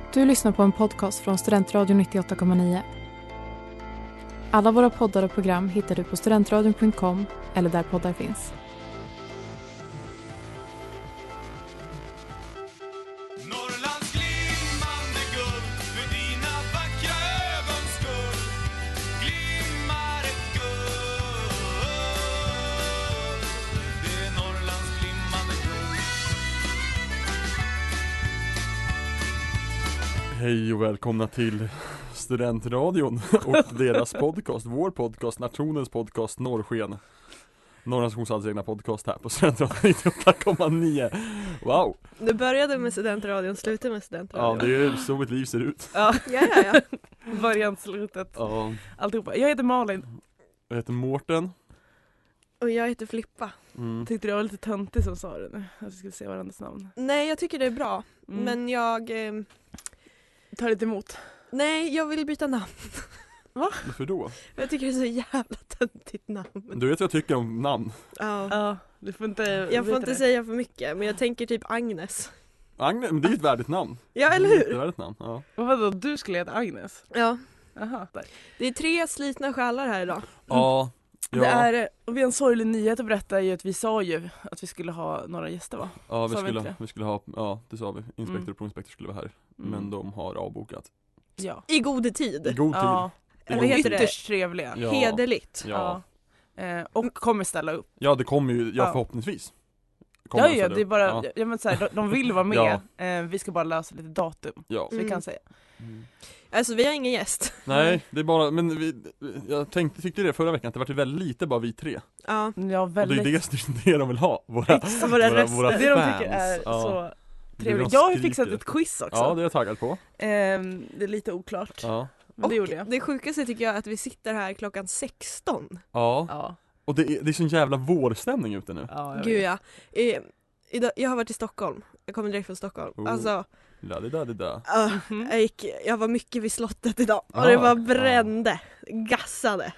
Du lyssnar på en podcast från Studentradion 98,9. Alla våra poddar och program hittar du på studentradion.com eller där poddar finns. Norrlands glimmande guld, för dina vackra ögons skull glimmar ett guld. Det är Norrlands glimmande guld. Hej och välkomna till Studentradion och deras podcast, vår podcast, nationens podcast Norrsken. Norrlands Skolans egna podcast här på Studentradion 98,9. Wow! Du började med studentradion, slutade med Ja, studentradion. det är så mitt liv ser ut. Ja, Ja. början, slutet, Ja, alltihopa. Jag heter Malin. jag heter Mårten. Och jag heter Flippa. Tyckte det var lite töntigt som sa det nu, att vi skulle säga varandras namn. Nej, jag tycker det är bra. Mm. Men jag... Ta lite emot. nej, jag vill byta namn. Varför då? Jag tycker det är så jävla töntigt namn. Du vet vad jag tycker om namn. Ja. Ja, du får inte... Jag får vet inte det. säga för mycket, men jag tänker typ Agnes. Agnes, men det är ju ett värdigt namn. Ja, eller Det är ett hur? värdigt namn, ja. Och vadå, du skulle heta Agnes? Ja. Jaha, där. Det är 3 slitna själar här idag. Ja, Det är, och vi har en sorglig nyhet att berätta ju att vi sa ju att vi skulle ha några gäster, va? ja sa vi inte det? vi skulle ha, ja det sa vi. Inspektor Mm. och provinspektor skulle vara här. Mm. Men de har avbokat. Ja. I god tid. I god tid. Ja, Eller heter det? ytterst trevliga. Ja. Hederligt. Ja. Och kommer ställa upp. Ja, det kommer ju, ja Ja. förhoppningsvis. Ja, Kommer ja, de det är bara, ja. ja men så här, de vill vara med. Ja. Vi ska bara lösa lite datum, Ja. så vi kan säga. Alltså, vi har ingen gäst. Nej, det är bara, men jag tyckte det förra veckan att det var väldigt lite bara vi tre. Ja. Ja, Och det är väldigt. det de vill ha, våra Våra röster. Det de fans. tycker är Ja. så Det trevligt. de Jag har ju skriker. fixat ett quiz också. Ja, det är jag taggad på. Det är lite oklart, Ja. men det gjorde Och jag. det sjukaste tycker jag är att vi sitter här klockan 16. Ja. Ja. Och det är sån jävla vårstämning ute nu. Ja, jag Gud vet. ja. Jag har varit i Stockholm. Jag kommer direkt från Stockholm. Oh. Alltså, Da. Mhm. jag var mycket vid slottet idag. Och Ja, det var brände. Gassade.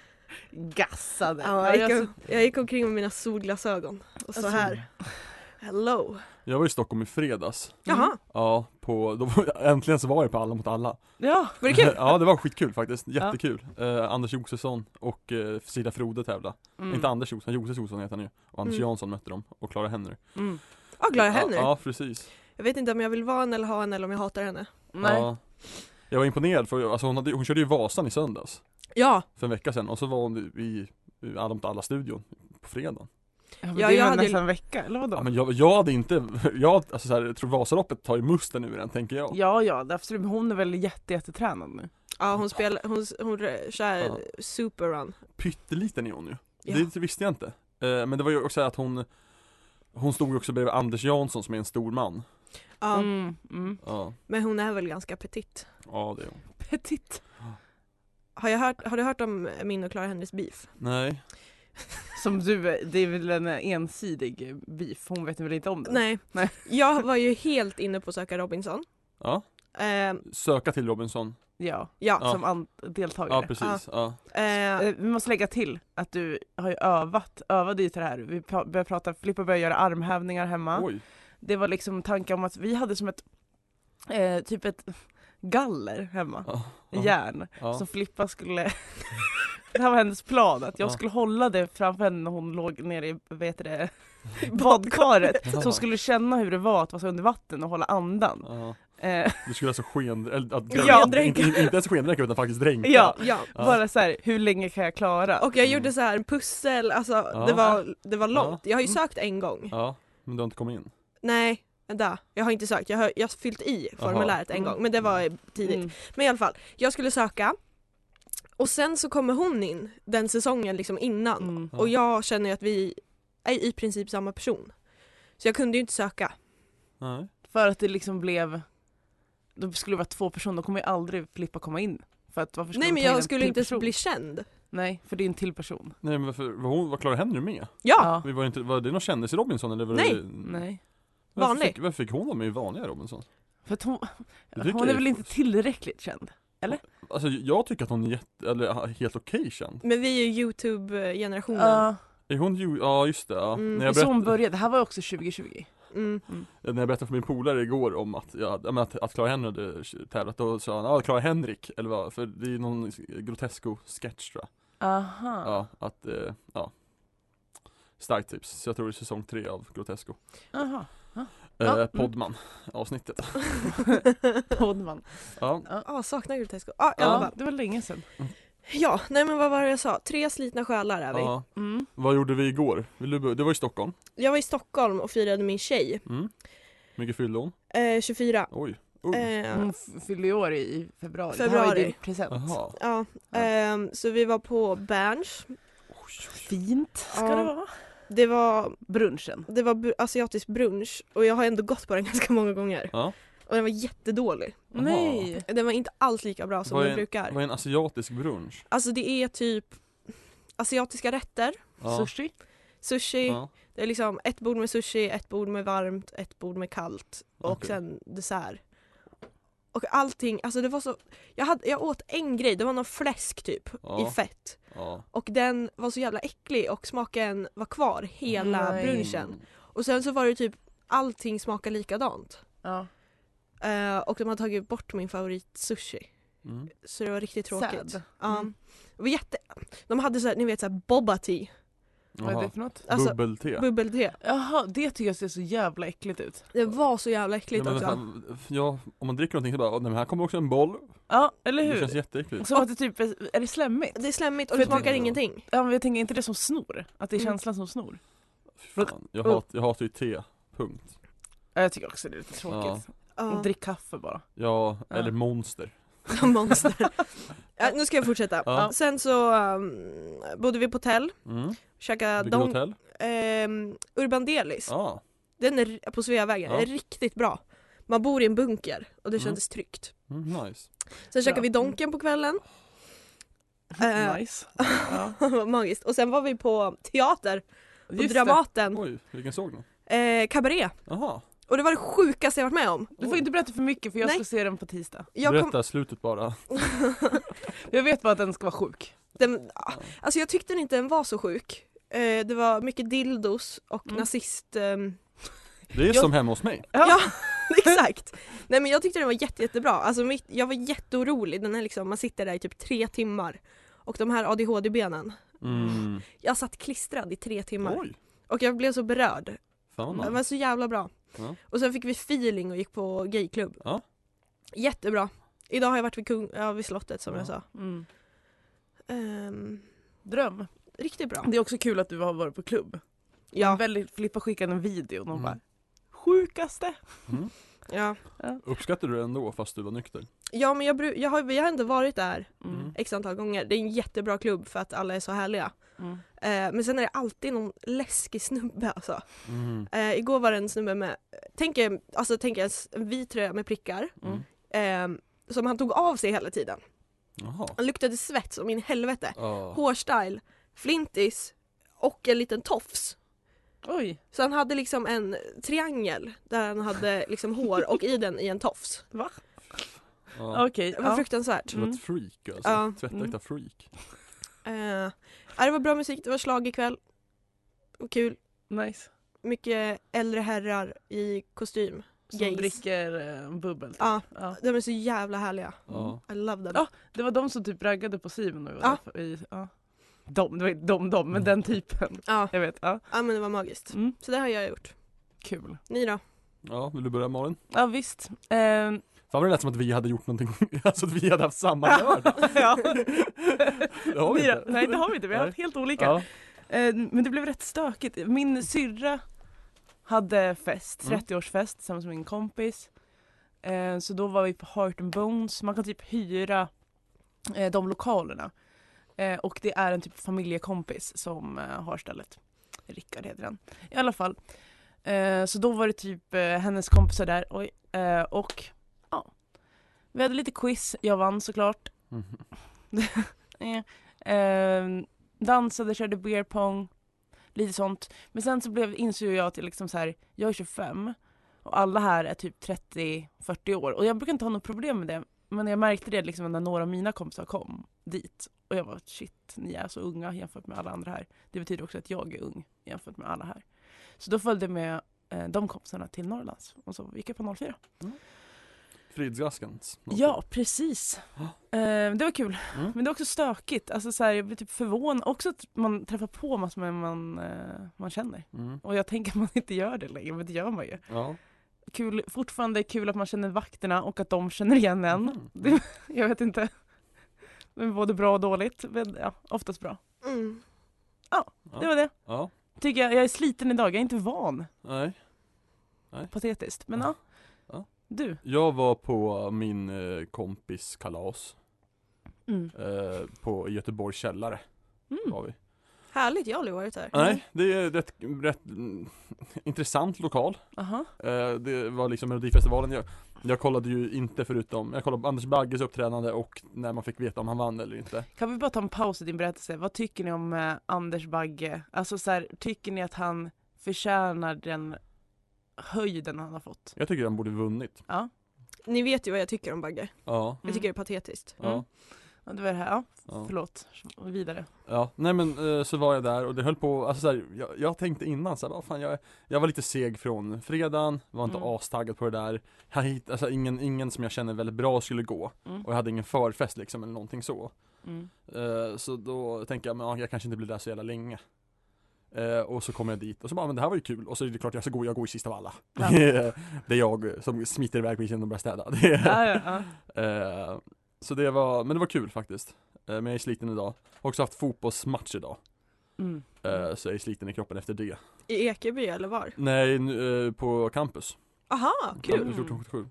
Gassade. Ja, Ja, jag gick omkring med mina solglasögon. Och så Alltså. här. Hello. Jag var i Stockholm i fredags. Jaha, Ja, äntligen så var jag på Alla mot alla. Ja. var det kul? Ja, det var skitkul faktiskt. Jättekul. Anders Josefsson och Frida Frode tävla. Mm. Inte Anders Josefsson, Josef Josefsson heter han ju. Och Anders Mm. Jansson mötte dem. Och Clara Henry. Mm. Ja, Clara Henry. Ja, precis. Jag vet inte om jag vill vara henne eller ha henne eller om jag hatar henne. Nej. Ja. Jag var imponerad för alltså hon körde ju Vasan i söndags. Ja, För en vecka sedan. Och så var hon i Alla mot alla-studion på fredagen. Ja, men Ja, det är jag väl hade- nästan en vecka, eller vadå? Ja, men jag hade inte, alltså så här, jag tror Vasaloppet tar ju musten ur den, tänker jag. Ja, absolut. Men hon är väl jättetränad nu. ja hon kör Ja. superrun. Pytteliten är hon ju. Ja. Det visste jag inte. Men det var ju också att hon stod ju också bredvid Anders Jansson som är en stor man. Ja, Mm. Ja, men hon är väl ganska petit. ja det är hon. Petit. Har du hört om min och Clara Henrys beef? Nej. Det är väl en ensidig beef. Hon vet väl inte om det? Nej. Nej. Jag var ju helt inne på att söka Robinson. Ja, söka till Robinson. Ja, Ja. som deltagare. Ja, precis. Ja. Vi måste lägga till att du har ju övade ju till det här. Vi började prata, Filippa började göra armhävningar hemma. Oj. Det var liksom tankar om att vi hade som ett typ ett galler hemma, Ja. järn, Ja. som Filippa skulle det här var hennes plan, att jag Ja. skulle hålla det framför henne när hon låg nere i, badkaret, så hon skulle känna hur det var att vara så under vatten och hålla andan. Ja. Eh, Du skulle alltså Ja, inte ens skendränka utan faktiskt dränka. ja, Ja. Ja. bara så här, hur länge kan jag klara? Och jag gjorde så här en pussel, alltså Ja. det var långt. Jag har ju sökt en gång. Ja, men du har inte kommit in. Nej, vänta. Jag har inte sökt. Jag har fyllt i formuläret en gång, men det var tidigt. Mm. Men i alla fall, jag skulle söka. Och sen så kommer hon in den säsongen liksom innan. Mm. Och jag känner ju att vi är i princip samma person. Så jag kunde ju inte söka. Nej. För att det liksom blev, då skulle det vara 2 personer, då kommer ju aldrig Filippa komma in. För att varför skulle Nej, de men ta in jag en skulle till inte person? bli känd. Nej, för det är en till person. Nej, men var Clara Henry med? Ja, Var det någon kändis i Robinson eller var Nej. det... Nej. Vanlig. Varför fick hon vara med i vanliga Robinson? För att hon tycker är jag väl är- inte tillräckligt känd? Alltså jag tycker att hon är helt okej känd. men vi är ju YouTube-generationen. Ja, Är hon ju, ja just det, ja. Mm. När jag så hon berättade, började. Det här var också 2020. När jag berättade för min polare igår om att Clara Henry hade tävlat, då sa han, Clara Henrik, eller vad, för det är någon Grotesco-sketch tror jag. Aha. Ja, starkt tips, så jag tror det är säsong 3 av Grotesco. Aha. Podman, avsnittet. Podman. Ja. Saknar Grotesco. I alla fall. Det var länge sedan. Ja, nej men vad var det jag sa? 3 slitna själar är vi. Ja. Vad gjorde vi igår? Det var i Stockholm. Jag var i Stockholm och firade min tjej. Mycket fyllde hon? 24. Oj. Hon fyllde i år i februari. Det här Februari. är din present. Jaha. Ja, så vi var på Berns. Fint ska Ja. det vara. Det var Brunchen. asiatisk brunch och jag har ändå gått på den ganska många gånger. Ja. Och den var jättedålig. Jaha. Nej. Den var inte alls lika bra som Vad den är- brukar. Vad är en asiatisk brunch? Alltså det är typ asiatiska rätter, Ja. Sushi. sushi, Ja. det är liksom ett bord med sushi, ett bord med varmt, ett bord med kallt och Okej. sen dessert. Och allting, alltså det var så, jag åt en grej, det var någon fläsk typ Ja. i fett. Ja. Och den var så jävla äcklig och smaken var kvar hela Nej. brunchen. Och sen så var det typ, allting smakade likadant. Ja. Och de hade tagit bort min favorit sushi. Mm. Så det var riktigt tråkigt. Sad. Ja. Mm. Det var de hade så här, ni vet så här boba tea, Vad är Jaha. det för något? Alltså, Bubbel-te. bubbelte. Jaha, det tycker jag ser så jävla äckligt ut. Det var så jävla äckligt Ja, men också. fan, ja, om man dricker någonting så bara, nej, men här kommer också en boll. Ja, eller Det känns hur? jätteäckligt. Som att det typ är det slämmigt? Det är slämmigt och För det smakar det- ingenting. Ja, men jag tänker inte det som snor. Att det är Mm. känslan som snor. Fy fan, jag hatar ju te, punkt. Ja, jag tycker också det är lite tråkigt. Ja. Drick kaffe bara. Ja, Ja. eller monster. Monster. Ja, nu ska jag fortsätta. Ja. Sen så bodde vi på hotell, käkade Vilket hotell? Urban Delis. Ja. Den är på Sveavägen, Ja. är riktigt bra. Man bor i en bunker och det Mm. kändes tryggt. Nice. Sen käkade Bra. vi Donken på kvällen. Eh, Nice. Ja. Det var magiskt. Och sen var vi på teater, på Just det. Dramaten. Oj, vilken såg ni? Cabaret. Jaha. Och det var det sjukaste jag varit med om. Du får inte berätta för mycket för jag Nej. ska se den på tisdag. Berätta slutet bara. Jag vet bara att den ska vara sjuk. Alltså jag tyckte inte den var så sjuk. Det var mycket dildos och nazist... Det är Jag- som hemma hos mig. Ja, exakt. Nej men jag tyckte den var jättebra. Alltså jag var jätteorolig. Den är liksom, man sitter där i typ 3 timmar. Och de här ADHD-benen. Mm. Jag satt klistrad i 3 timmar. Oj, Och jag blev så berörd. fan Den vad var nice. så jävla bra. Ja. Och sen fick vi feeling och gick på gayklubb. Ja. Jättebra. Idag har jag varit vid slottet som Ja. jag sa. Mm. Dröm. Riktigt bra. Det är också kul att du har varit på klubb. Ja. Filippa skickade en video och de Mm. bara sjukaste. Mm. Ja. Uppskattar du det ändå fast du var nykter? Ja men vi har ändå varit där Mm. x antal gånger. Det är en jättebra klubb för att alla är så härliga. Mm. Men sen är det alltid någon läskig snubbe alltså. Mm. Igår var det en snubbe med, tänk er en vit tröja med prickar. Mm. Som han tog av sig hela tiden. Jaha. Han luktade svett som in helvete. Ja. Hårstyle, flintis och en liten tofs. Oj, Så han hade liksom en triangel där han hade liksom hår och i den i en tofs. va? Ja. Okej. Det var Ja. fruktansvärt. Det var ett freak alltså. Ja. Tvättäkta Mm. freak. Det var bra musik, det var slag ikväll. Och kul. Nice. Mycket äldre herrar i kostym. Som Gays. dricker bubbel. Ja, Ja. de är så jävla härliga. Ja. I love them. Ja. Det var de som typ raggade på Simon nu. Ja. Ja. Det var inte de, men den typen. Ja. Jag vet. Ja. Ja men det var magiskt. Mm. Så det har jag gjort. Kul. Ni då? Ja, vill du börja Malin? Ja visst. Fan vad det lät som att vi hade gjort någonting, alltså att vi hade haft samma lördag. Ja. Det har vi inte. Nej det har vi inte, vi har haft helt olika. Ja. Men det blev rätt stökigt. Min syrra hade fest, Mm. 30-årsfest tillsammans med min kompis. Så då var vi på Heart and Bones. Man kan typ hyra de lokalerna. Och det är en typ familjekompis som har stället. Rickard heter han. I alla fall. Så då var det typ hennes kompisar där. Och ja. Vi hade lite quiz. Jag vann såklart. Mhm. Dansade, körde beer pong, lite sånt. Men sen så insåg jag att liksom så här, jag är 25 och alla här är typ 30-40 år. Och jag brukar inte ha något problem med det. Men jag märkte det liksom när några av mina kompisar kom dit. Och jag var shit, ni är så unga jämfört med alla andra här. Det betyder också att jag är ung jämfört med alla här. Så då följde jag med de kompisarna till Norrlands. Och så gick jag på 04. Fridsgaskens. Ja, precis. Det var kul. Men det är också stökigt. Alltså så här, jag blir typ förvånad. Också att man träffar på massor med man känner. Och jag tänker att man inte gör det längre, men det gör man ju. Ja. Kul, fortfarande kul att man känner vakterna och att de känner igen en. Jag vet inte. Det är både bra och dåligt. Men ja, oftast bra. Ja, det var det. Ja. Tycker jag är sliten idag. Jag är inte van. Nej. Patetiskt. Men ja. Du. Jag var på min kompis kalas. På Göteborgs källare. Var vi. Härligt, jag har aldrig varit här. Nej, det är rätt intressant lokal. Aha. Det var liksom Melodifestivalen. Jag kollade ju inte förutom, jag kollade på Anders Bagges uppträdande och när man fick veta om han vann eller inte. Kan vi bara ta en paus i din berättelse? Vad tycker ni om Anders Bagge? Alltså så här, tycker ni att han förtjänar den höjden han har fått? Jag tycker han borde vunnit. Ja. Ni vet ju vad jag tycker om Bagge. Ja. Jag tycker det är patetiskt. Ja. Ja, det var det här. Ja. Ja. Förlåt. Vidare. Ja, nej men så var jag där och det höll på, alltså så här, jag tänkte innan så här, vad fan, jag var lite seg från fredagen, var inte astaggad på det där. Alltså ingen som jag känner väldigt bra skulle gå. Och jag hade ingen förfest liksom eller någonting så. Så då tänkte jag, men jag kanske inte blir där så jävla länge. Och så kom jag dit och så bara, men det här var ju kul. Och så är det klart jag går i sist av alla. Ja. Det är jag som smiter iväg på isen och börjar städa. Så det var kul faktiskt. Men jag är sliten idag. Har också haft fotbollsmatch idag. Så jag är sliten i kroppen efter det. I Ekeby eller var? Nej, på campus. Aha, kul. 1477.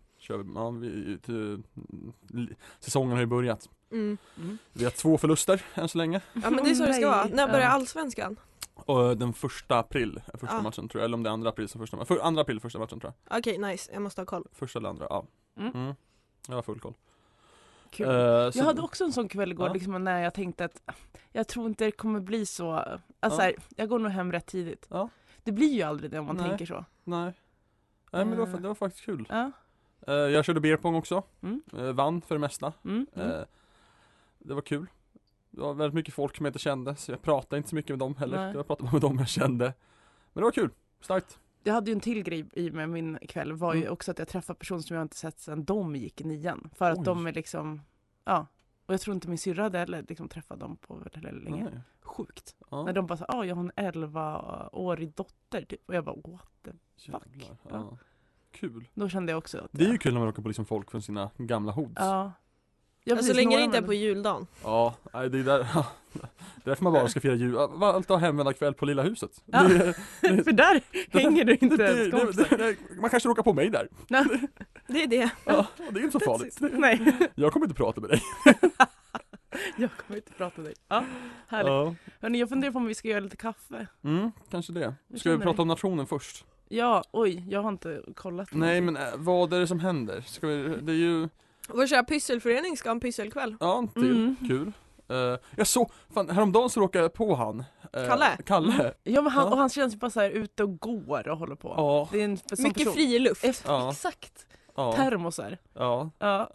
Säsongen har ju börjat. Vi har 2 förluster än så länge. Ja, men det är så det ska vara. När börjar allsvenskan? Och den 1 april är första matchen tror jag. Eller om det är 2 april som första matchen. 2 april första matchen tror jag. Okej, nice. Jag måste ha koll. Första eller andra, ja. Jag har full koll. Kul. Jag hade också en sån kväll igår liksom, när jag tänkte att jag tror inte det kommer bli så. Alltså här, jag går nog hem rätt tidigt. Det blir ju aldrig det om man tänker så. Nej, men det var faktiskt kul. Ja. Jag körde beerpong också. Vann för det mesta. Det var kul. Det var väldigt mycket folk som jag inte kände. Så jag pratade inte så mycket med dem heller. Jag pratade bara med dem jag kände. Men det var kul, starkt. Jag hade ju en till grej i med min kväll. Var ju också att jag träffade personer som jag inte sett sedan de gick i 9:an. För att de är liksom, ja. Och jag tror inte min syrra hade heller liksom träffat dem på väldigt länge. Nej. Sjukt. När de bara sa, jag har en 11-årig dotter typ. Och jag bara, what the fuck. Ja. Kul. Då kände jag också att det är ju kul när man åker på liksom folk från sina gamla hoods. Ja. Så länge det inte är på juldagen. Ja, det är där. Det är därför man bara ska fira jul. Allt har hemvända kväll på lilla huset. Ja. För där hänger du inte ens man kanske råkar på mig där. Det är det. Ja, det är inte så farligt. Nej. Jag kommer inte prata med dig. Jag kommer inte prata med dig. Ja, härligt. Hörrni, jag funderar på om vi ska göra lite kaffe. Kanske det. Ska vi prata om nationen först? Ja, jag har inte kollat. Nej, men vad är det som händer? Det är ju... Vår kära pysselförening ska ha en pysselkväll. Ja, kul. Jag såg, häromdagen så råkade jag på han. Kalle. Ja, men han känns ju bara så här ute och går och håller på. Ja. Det är en mycket fri luft. Exakt. Termosar. Ja.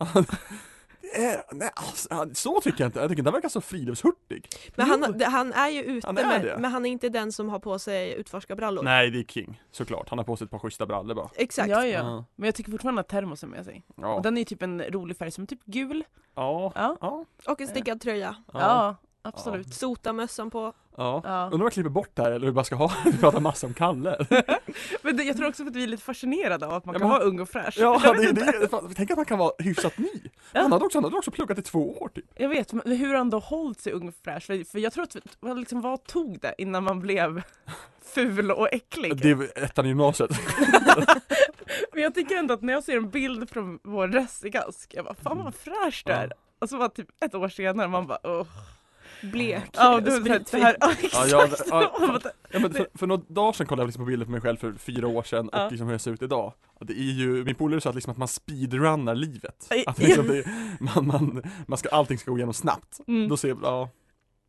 Nej, alltså, så tycker jag inte. Jag tycker inte han verkar så friluftshurtig. Men han är ju ute men han är inte den som har på sig utforskarbrallor. Nej, det är King, såklart. Han har på sig ett par schyssta brallor bara. Exakt. Ja. Men jag tycker fortfarande att termos är med sig. Och den är ju typ en rolig färg som typ gul. Ja. Och en stickad tröja. Ja, absolut. Sotamössan på. Ja. Undrar om jag klipper bort det här eller vi bara ska prata massa om Kalle. Men jag tror också att vi är lite fascinerade av att man kan vara ung och fräsch. Ja, tänk att man kan vara hyfsat ny. Han hade också pluggat i 2 år typ. Jag vet, men hur han då hållit sig ung och fräsch? För jag tror att liksom, vad tog det innan man blev ful och äcklig? Det är ettan i gymnasiet. Men jag tycker ändå att när jag ser en bild från vår restgask, jag bara, fan vad fräsch det är. Och så var typ 1 år senare, man bara, blek. Ja, det här. Men för några dagar sedan kollade jag liksom på bilder på mig själv för 4 år sedan och liksom hur jag ser ut idag. Det är ju, min polare sa att, liksom att man speedrunnar livet. Att liksom allting ska gå igenom snabbt. Då ser jag,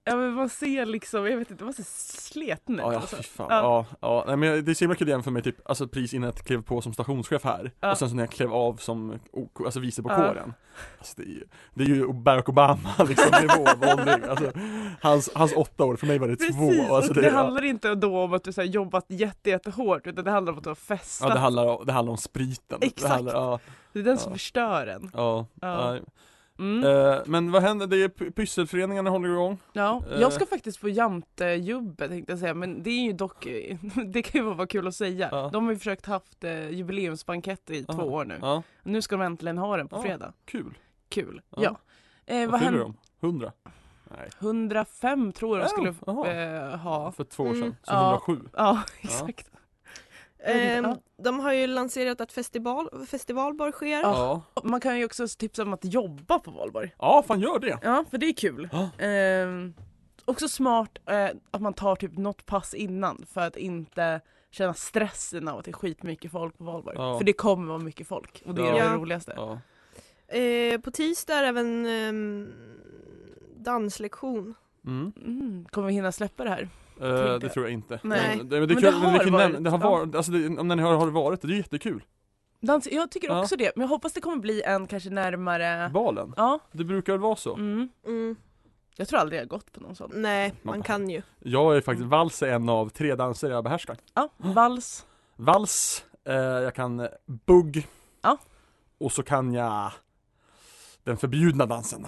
Ja, men man ser liksom, jag vet inte, man ser sleten ut. Ja, alltså. fy fan. Ja. Ja. Nej, men det är så himla kul igen för mig typ, alltså pris innan jag klev på som stationschef här. Ja. Och sen så när jag klev av som alltså vice på Ja. kåren. Alltså det är ju Barack Obama liksom nivå av åldring. Alltså, hans 8 år, för mig var det 2. Precis, Alltså, och det handlar inte då om att du så här, jobbat jättehårt, utan det handlar om att du har festat. Ja, det handlar om spriten. Exakt. Det handlar, Det är den som Ja. förstör en. ja. Ja. Men vad händer? Det är pysselföreningarna håller igång. Ja, jag ska faktiskt på Jamte-jubbe tänkte jag säga, men det är ju dock, det kan ju vara kul att säga. Ja. De har ju försökt haft jubileumsbankett i 2 år nu. Ja, Nu ska de äntligen ha den på Ja. fredag. kul. Kul. Ja. Ja. Vad Vad fyller hände? de? 100? Nej. 105 tror jag skulle Jaha. ha. För 2 år sedan, så Ja. 107. Ja, exakt. Ja. De har ju lanserat att festivalbar sker. Ja. Man kan ju också tipsa om att jobba på Valborg. Ja, fan gör det. Ja, för det är kul. Ja. Också smart att man tar typ något pass innan för att inte känna stressen av att det är skitmycket folk på Valborg. Ja. För det kommer vara mycket folk och det är Ja. det roligaste. Ja. På tisdag är även danslektion. Kommer vi hinna släppa det här? Det tror jag inte. Nej. Men det är Men kul, det har kul varit, det har ja. varit, alltså om ni har varit, det är jättekul. Jag tycker Ja. också det, men jag hoppas det kommer bli en kanske närmare. Valen, Ja. det brukar väl vara så. Jag tror aldrig jag har gått på någon sån. Nej, man kan ju. Jag är faktiskt, vals är en av 3 danser jag behärskar. Ja, vals. Vals, jag kan bugg. Ja. Och så kan jag den förbjudna dansen.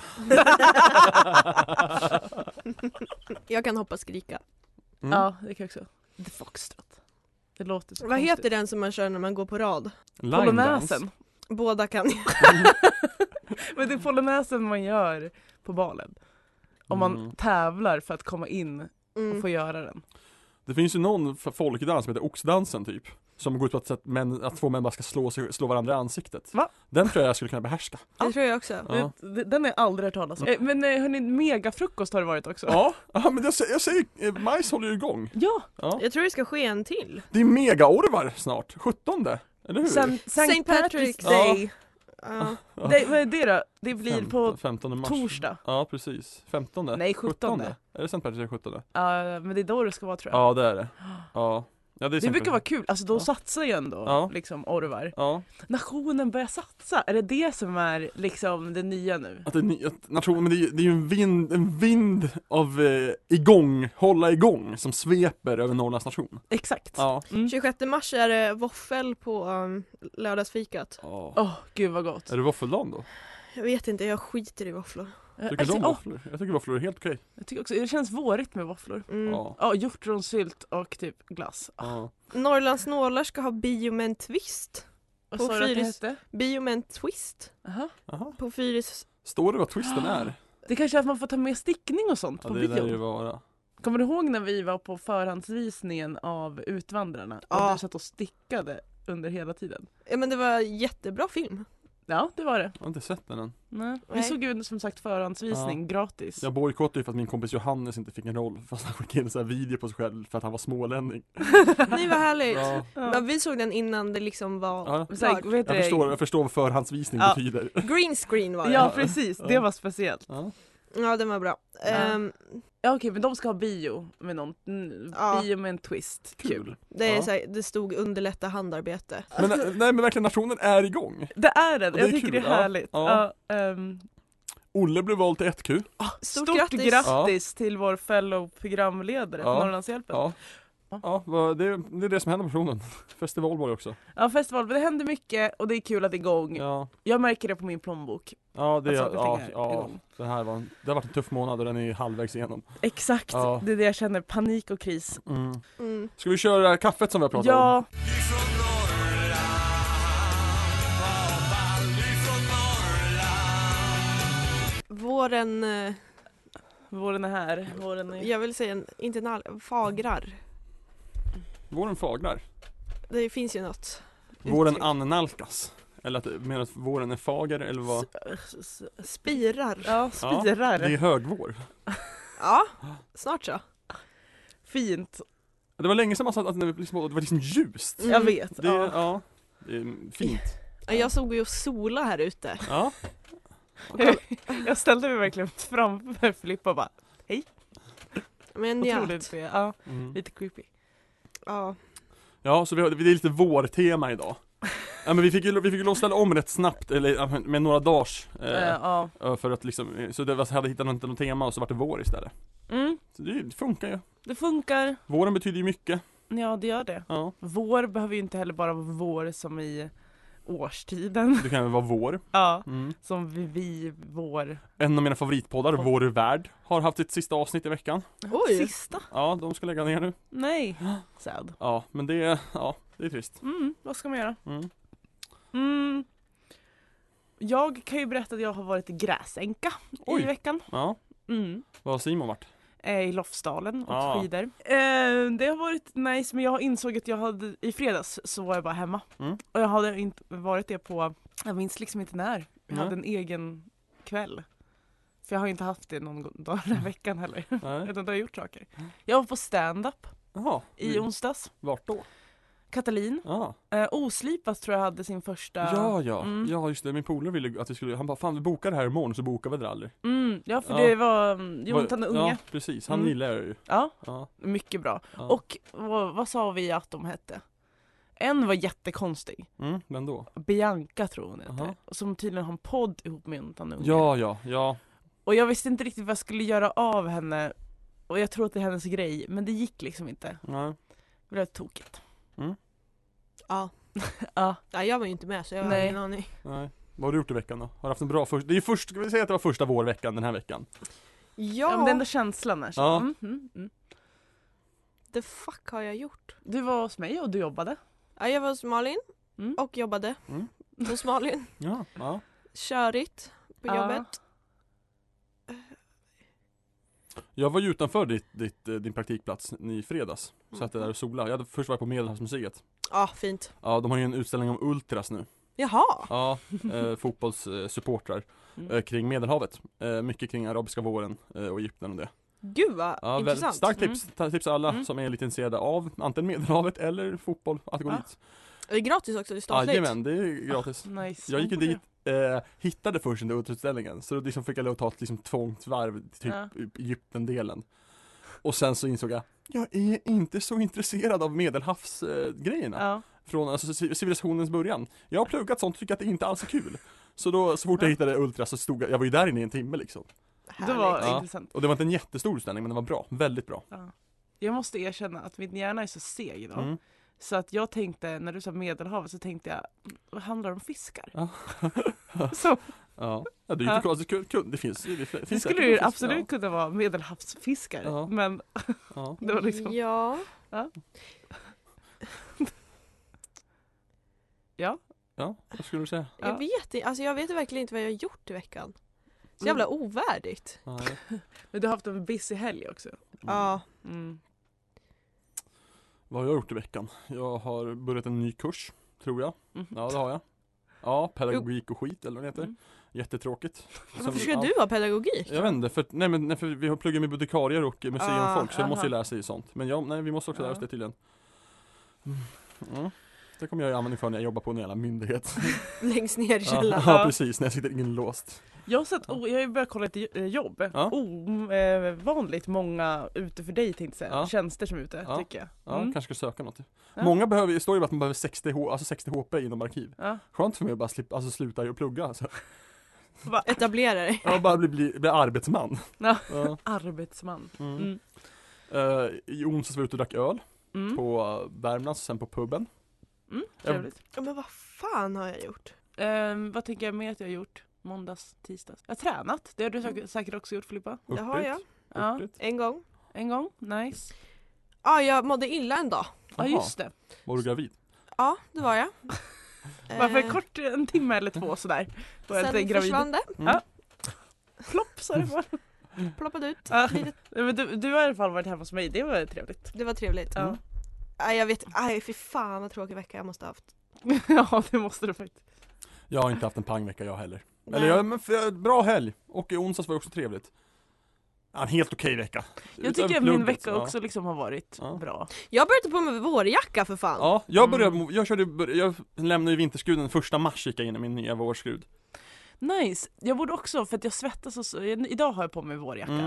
Jag kan hoppa skrika. Ja, det kan jag också. The foxtrot. Det låter så Vad konstigt. heter den som man kör när man går på rad? Line dance. Polonäsen. Båda kan ju. Men det är polonäsen man gör på balen. Om man tävlar för att komma in och få göra den. Det finns ju någon folkdans som heter oxdansen typ. Som går ut på att 2 män bara ska slå varandra i ansiktet. Va? Den tror jag skulle kunna behärska. Det tror jag också. Ja. Den har jag aldrig hört talas om. Men hörni, megafrukost har det varit också. Ja, men jag säger majs håller ju igång. Ja. Ja. Jag tror det ska ske en till. Det är megaorvar snart, 17:e, eller hur? Saint Patrick's Ja. Day. Ja. Ja. Det, vad är det då? Det blir på 15 mars. torsdag. Ja, precis. 15:e. Nej, 17:e. Är det St. Patrick's 17:e? Men det är då det ska vara tror jag. Ja, det är det. Ja. Ja, Det brukar vara kul, alltså de satsar ju ändå liksom orvar. Ja. Nationen börjar satsa, är det som är liksom det nya nu? Att det är nation, men det är ju en vind av hålla igång som sveper över Norrlands nation. Exakt. Ja. 26 mars är det våffel på lördagsfikat. Gud vad gott. Är det våffeldagen då? Jag vet inte, jag skiter i våfflor. Tycker du om våfflor? Jag tycker våfflor är helt okej. Jag tycker också, det känns vårigt med våfflor. Ja. Hjortronsylt och typ glass. Ja. Norrlands nålar ska ha Biomen Twist. Vad På sa du att det Fyris. hette? Biomen Twist. Aha. På Fyris. Står det vad twisten är? Det kanske är att man får ta med stickning och sånt Ja, på det lär ju bio. vara. Kommer du ihåg när vi var på förhandsvisningen av Utvandrarna? Ja. Och du satt och stickade under hela tiden. Ja, men det var jättebra film. Ja, det var det. Jag har inte sett den än. Nej. Vi Nej. såg ju som sagt förhandsvisning gratis. Jag bojkottade ju för att min kompis Johannes inte fick en roll. Fast han skickade in en sån här video på sig själv för att han var smålänning. Nej, vad härligt. Ja. Men vi såg den innan det liksom var Ja. Så här, klart. vad heter Jag förstår vad förhandsvisning Ja. betyder. Green screen var det. Ja, precis. Det Ja. var speciellt. Ja. Ja, den var bra. Ja, okej, men de ska ha bio med någon Ja. bio med en twist. Kul. Det, är Ja. så här, det stod underlätta handarbete. Men, nej men verkligen, nationen är igång. Det är det. Och det Jag är tycker kul, det är härligt. ja. Olle blev vald till 1Q. Stort Stort grattis. grattis till vår fellow programledare på Ja. Norrlandshjälpen. Ja. Ja, det är det som händer på personen. Festivalborg också. Ja, festival. Det händer mycket och det är kul att det är igång. Ja. Jag märker det på min plånbok. Ja, det, Alltså, är, jag ja, tänker ja, igång. det har varit en tuff månad och den är halvvägs igenom. Exakt, Ja. det är det jag känner, panik och kris. Ska vi köra kaffet som vi har pratat om? Ja, Ifrån Norrland, ifrån Norrland. Våren, våren är här. Våren är... jag vill säga inte fagrar. Våren fagrar. Det finns ju något. Våren uttryck. annalkas. Eller att menar att våren är fager eller vad? Spirar. Ja, spirar. Det är högvår. Ja, snart så. Fint. Det var länge sedan man sa att det var liksom ljust. Jag vet. Det, Ja. ja, det är fint. Jag såg ju sola här ute. Ja. Jag ställde mig verkligen framför Filippa och bara, hej. Men ja. Otroligt B. Ja, Mm. lite creepy. Ja. Ja, så det är lite vårtema idag. Ja, men vi fick ju lov att ställa om rätt snabbt, eller med några dagars Ja. för att liksom, så det hade hittat något tema och så var det vår istället. Mm, Så det funkar ju. det funkar. Våren betyder ju mycket. Ja, det gör det. Ja, Vår behöver ju inte heller bara vara vår som i årstiden. det kan väl vara vår. Ja, Mm. som vår. En av mina favoritpoddar, Vår Värld, har haft sitt sista avsnitt i veckan. Oj. Sista? Ja, de ska lägga ner nu. Nej. Sad. Ja, men det är trist. Vad ska man göra? Mm. Jag kan ju berätta att jag har varit gräsänka Oj. i veckan. Ja, vad har Simon varit? I Lofsdalen och Ja. skidor. Det har varit nice, men jag insåg att jag hade i fredags så var jag bara hemma. Mm. Och jag hade inte varit det på, jag minns liksom inte när. Jag Nej. hade en egen kväll. För jag har inte haft det någon dag den här veckan heller. Nej. Utan jag har gjort saker. Jag var på stand-up Jaha, i onsdags. vart då? Katalin. Ja. Oslipas tror jag hade sin första. Ja, Mm. ja just det, min polare ville att vi skulle, han bara fan vi bokar det här imorgon så bokar vi det aldrig. Ja, för Ja. det var Jonathan och Unge. Ja, precis, han Mm. gillar jag ju. Ja, Ja, mycket bra. ja. Och vad sa vi att de hette? En var jättekonstig. Vem då? Bianca tror hon heter. Aha. Som tydligen har en podd ihop med Jonathan och Unge. Ja. Och jag visste inte riktigt vad jag skulle göra av henne. Och jag tror att det är hennes grej. Men det gick liksom inte. Nej. Det blev tokigt. Ja. Ja. Ja, jag var ju inte med så jag har Nej. ingen aning. Nej. Vad har du gjort i veckan då? Har du haft en bra första, det är ju först, ska vi säga att det var första vårveckan den här veckan? Ja, Ja, men den där känslan är så. Ja. the fuck har jag gjort? Du var hos mig och du jobbade. Ja, jag var hos Malin Mm. och jobbade Mm. hos Malin. Ja. Körigt på Ja. jobbet. Jag var ju utanför din praktikplats i fredags. Så att det där och sola. Jag hade först varit på Medelhavsmuseet. Ja, fint. Ja, de har ju en utställning om ultras nu. Jaha. Ja, fotbollssupportrar kring Medelhavet. Mycket kring arabiska våren och Egypten och det. Gud vad Ja, väldigt intressant. starkt tips. Tips alla Mm. som är lite intresserade av antingen Medelhavet eller fotboll att gå Ja. dit. Det är gratis också, det är statligt. Jajamän, det är gratis. Nice. Jag gick ju dit, hittade först den där ultrautställningen. Så då liksom fick jag lov att ta ett liksom tvångsvarv typ Ja. Egypten-delen. Och sen så insåg jag är inte så intresserad av medelhavsgrejerna. Ja. Från alltså, civilisationens början. Jag har pluggat sånt och tycker att det inte alls är kul. Så då, så fort jag hittade ultra så stod jag var ju där inne i en timme liksom. Det var Ja. intressant. Och det var inte en jättestor utställning men den var bra, väldigt bra. Ja. Jag måste erkänna att min hjärna är så seg idag. Mm. Så att jag tänkte, när du sa Medelhavet så tänkte jag, vad handlar det om fiskar? Ja. Så Ja, det är ju inte konstigt, det finns det säkert skulle ju fisk, absolut kunna vara Medelhavsfiskar. Ja. Men Ja. det var liksom, Ja. Ja, vad skulle du säga? Ja. Jag vet inte, alltså jag vet verkligen inte vad jag har gjort i veckan. Så jävla ovärdigt. Ja, men du har haft en busy helg också. Ja. Mm. Vad har jag gjort i veckan? Jag har börjat en ny kurs, tror jag. Mhm. Ja, det har jag. Ja, pedagogik och skit eller vad det heter. Mm. Jättetråkigt. Varför ska du ha pedagogik? Jag vet inte, för vi har pluggat med bibliotekarier och museumfolk så de aha. måste ju lära sig sånt. Men vi måste också lära oss det tydligen. Mm. Det kommer jag i användning för när jag jobbar på en jävla myndighet. Längst ner i källaren. Ja, precis, när jag sitter inlåst. Jag har sett, jag har börjat kolla lite jobb. Ja. Vanligt många ute för dig tänkte jag säga. Ja. Tjänster som är ute, Ja. tycker jag. Ja, kanske ska söka något. Ja. Många behöver, det står ju att man behöver 60 HP inom arkiv. Ja. Skönt för mig att bara slippa, sluta och plugga. Alltså. Etablera dig. Ja, bara bli arbetsman. Ja. Ja. Arbetsman. Mm. Mm. I onsdags var jag ute och drack öl Mm. på Värmlands, sen på puben. Trevligt. Ja, men vad fan har jag gjort? Vad tänker jag mer att jag har gjort? Måndags, tisdags. Jag har tränat. Det har du säkert också gjort, Filippa. Det har jag. Ja. Urtigt. En gång. En gång. Nice. Ja, jag mådde illa en dag. Ja, Jaha. just det. Var du gravid? Ja, det var jag. Varför kort en timme eller två sådär? Då är jag Sen lite gravid. försvann det. Mm. Plopp, sa det bara. Ploppade ut. Ja. Litet. Men du har i alla fall varit hemma hos mig. Det var trevligt. Det var trevligt. Ja. Mm. Nej, jag vet. Aj, fy fan vad tråkig vecka jag måste ha haft. Ja, det måste du faktiskt. Jag har inte haft en pangvecka jag heller. Nej. Eller bra helg. Och i onsdags var det också trevligt. Ja, en helt okej vecka. Jag tycker att min vecka också liksom har varit Ja. bra. Jag började på med vårjacka för fan. Ja, jag lämnade ju vinterskruden 1 mars, gick jag in i min nya vårskrud. Nice. Jag borde också, för att jag svettas och så. Idag har jag på mig vårjacka. Mm.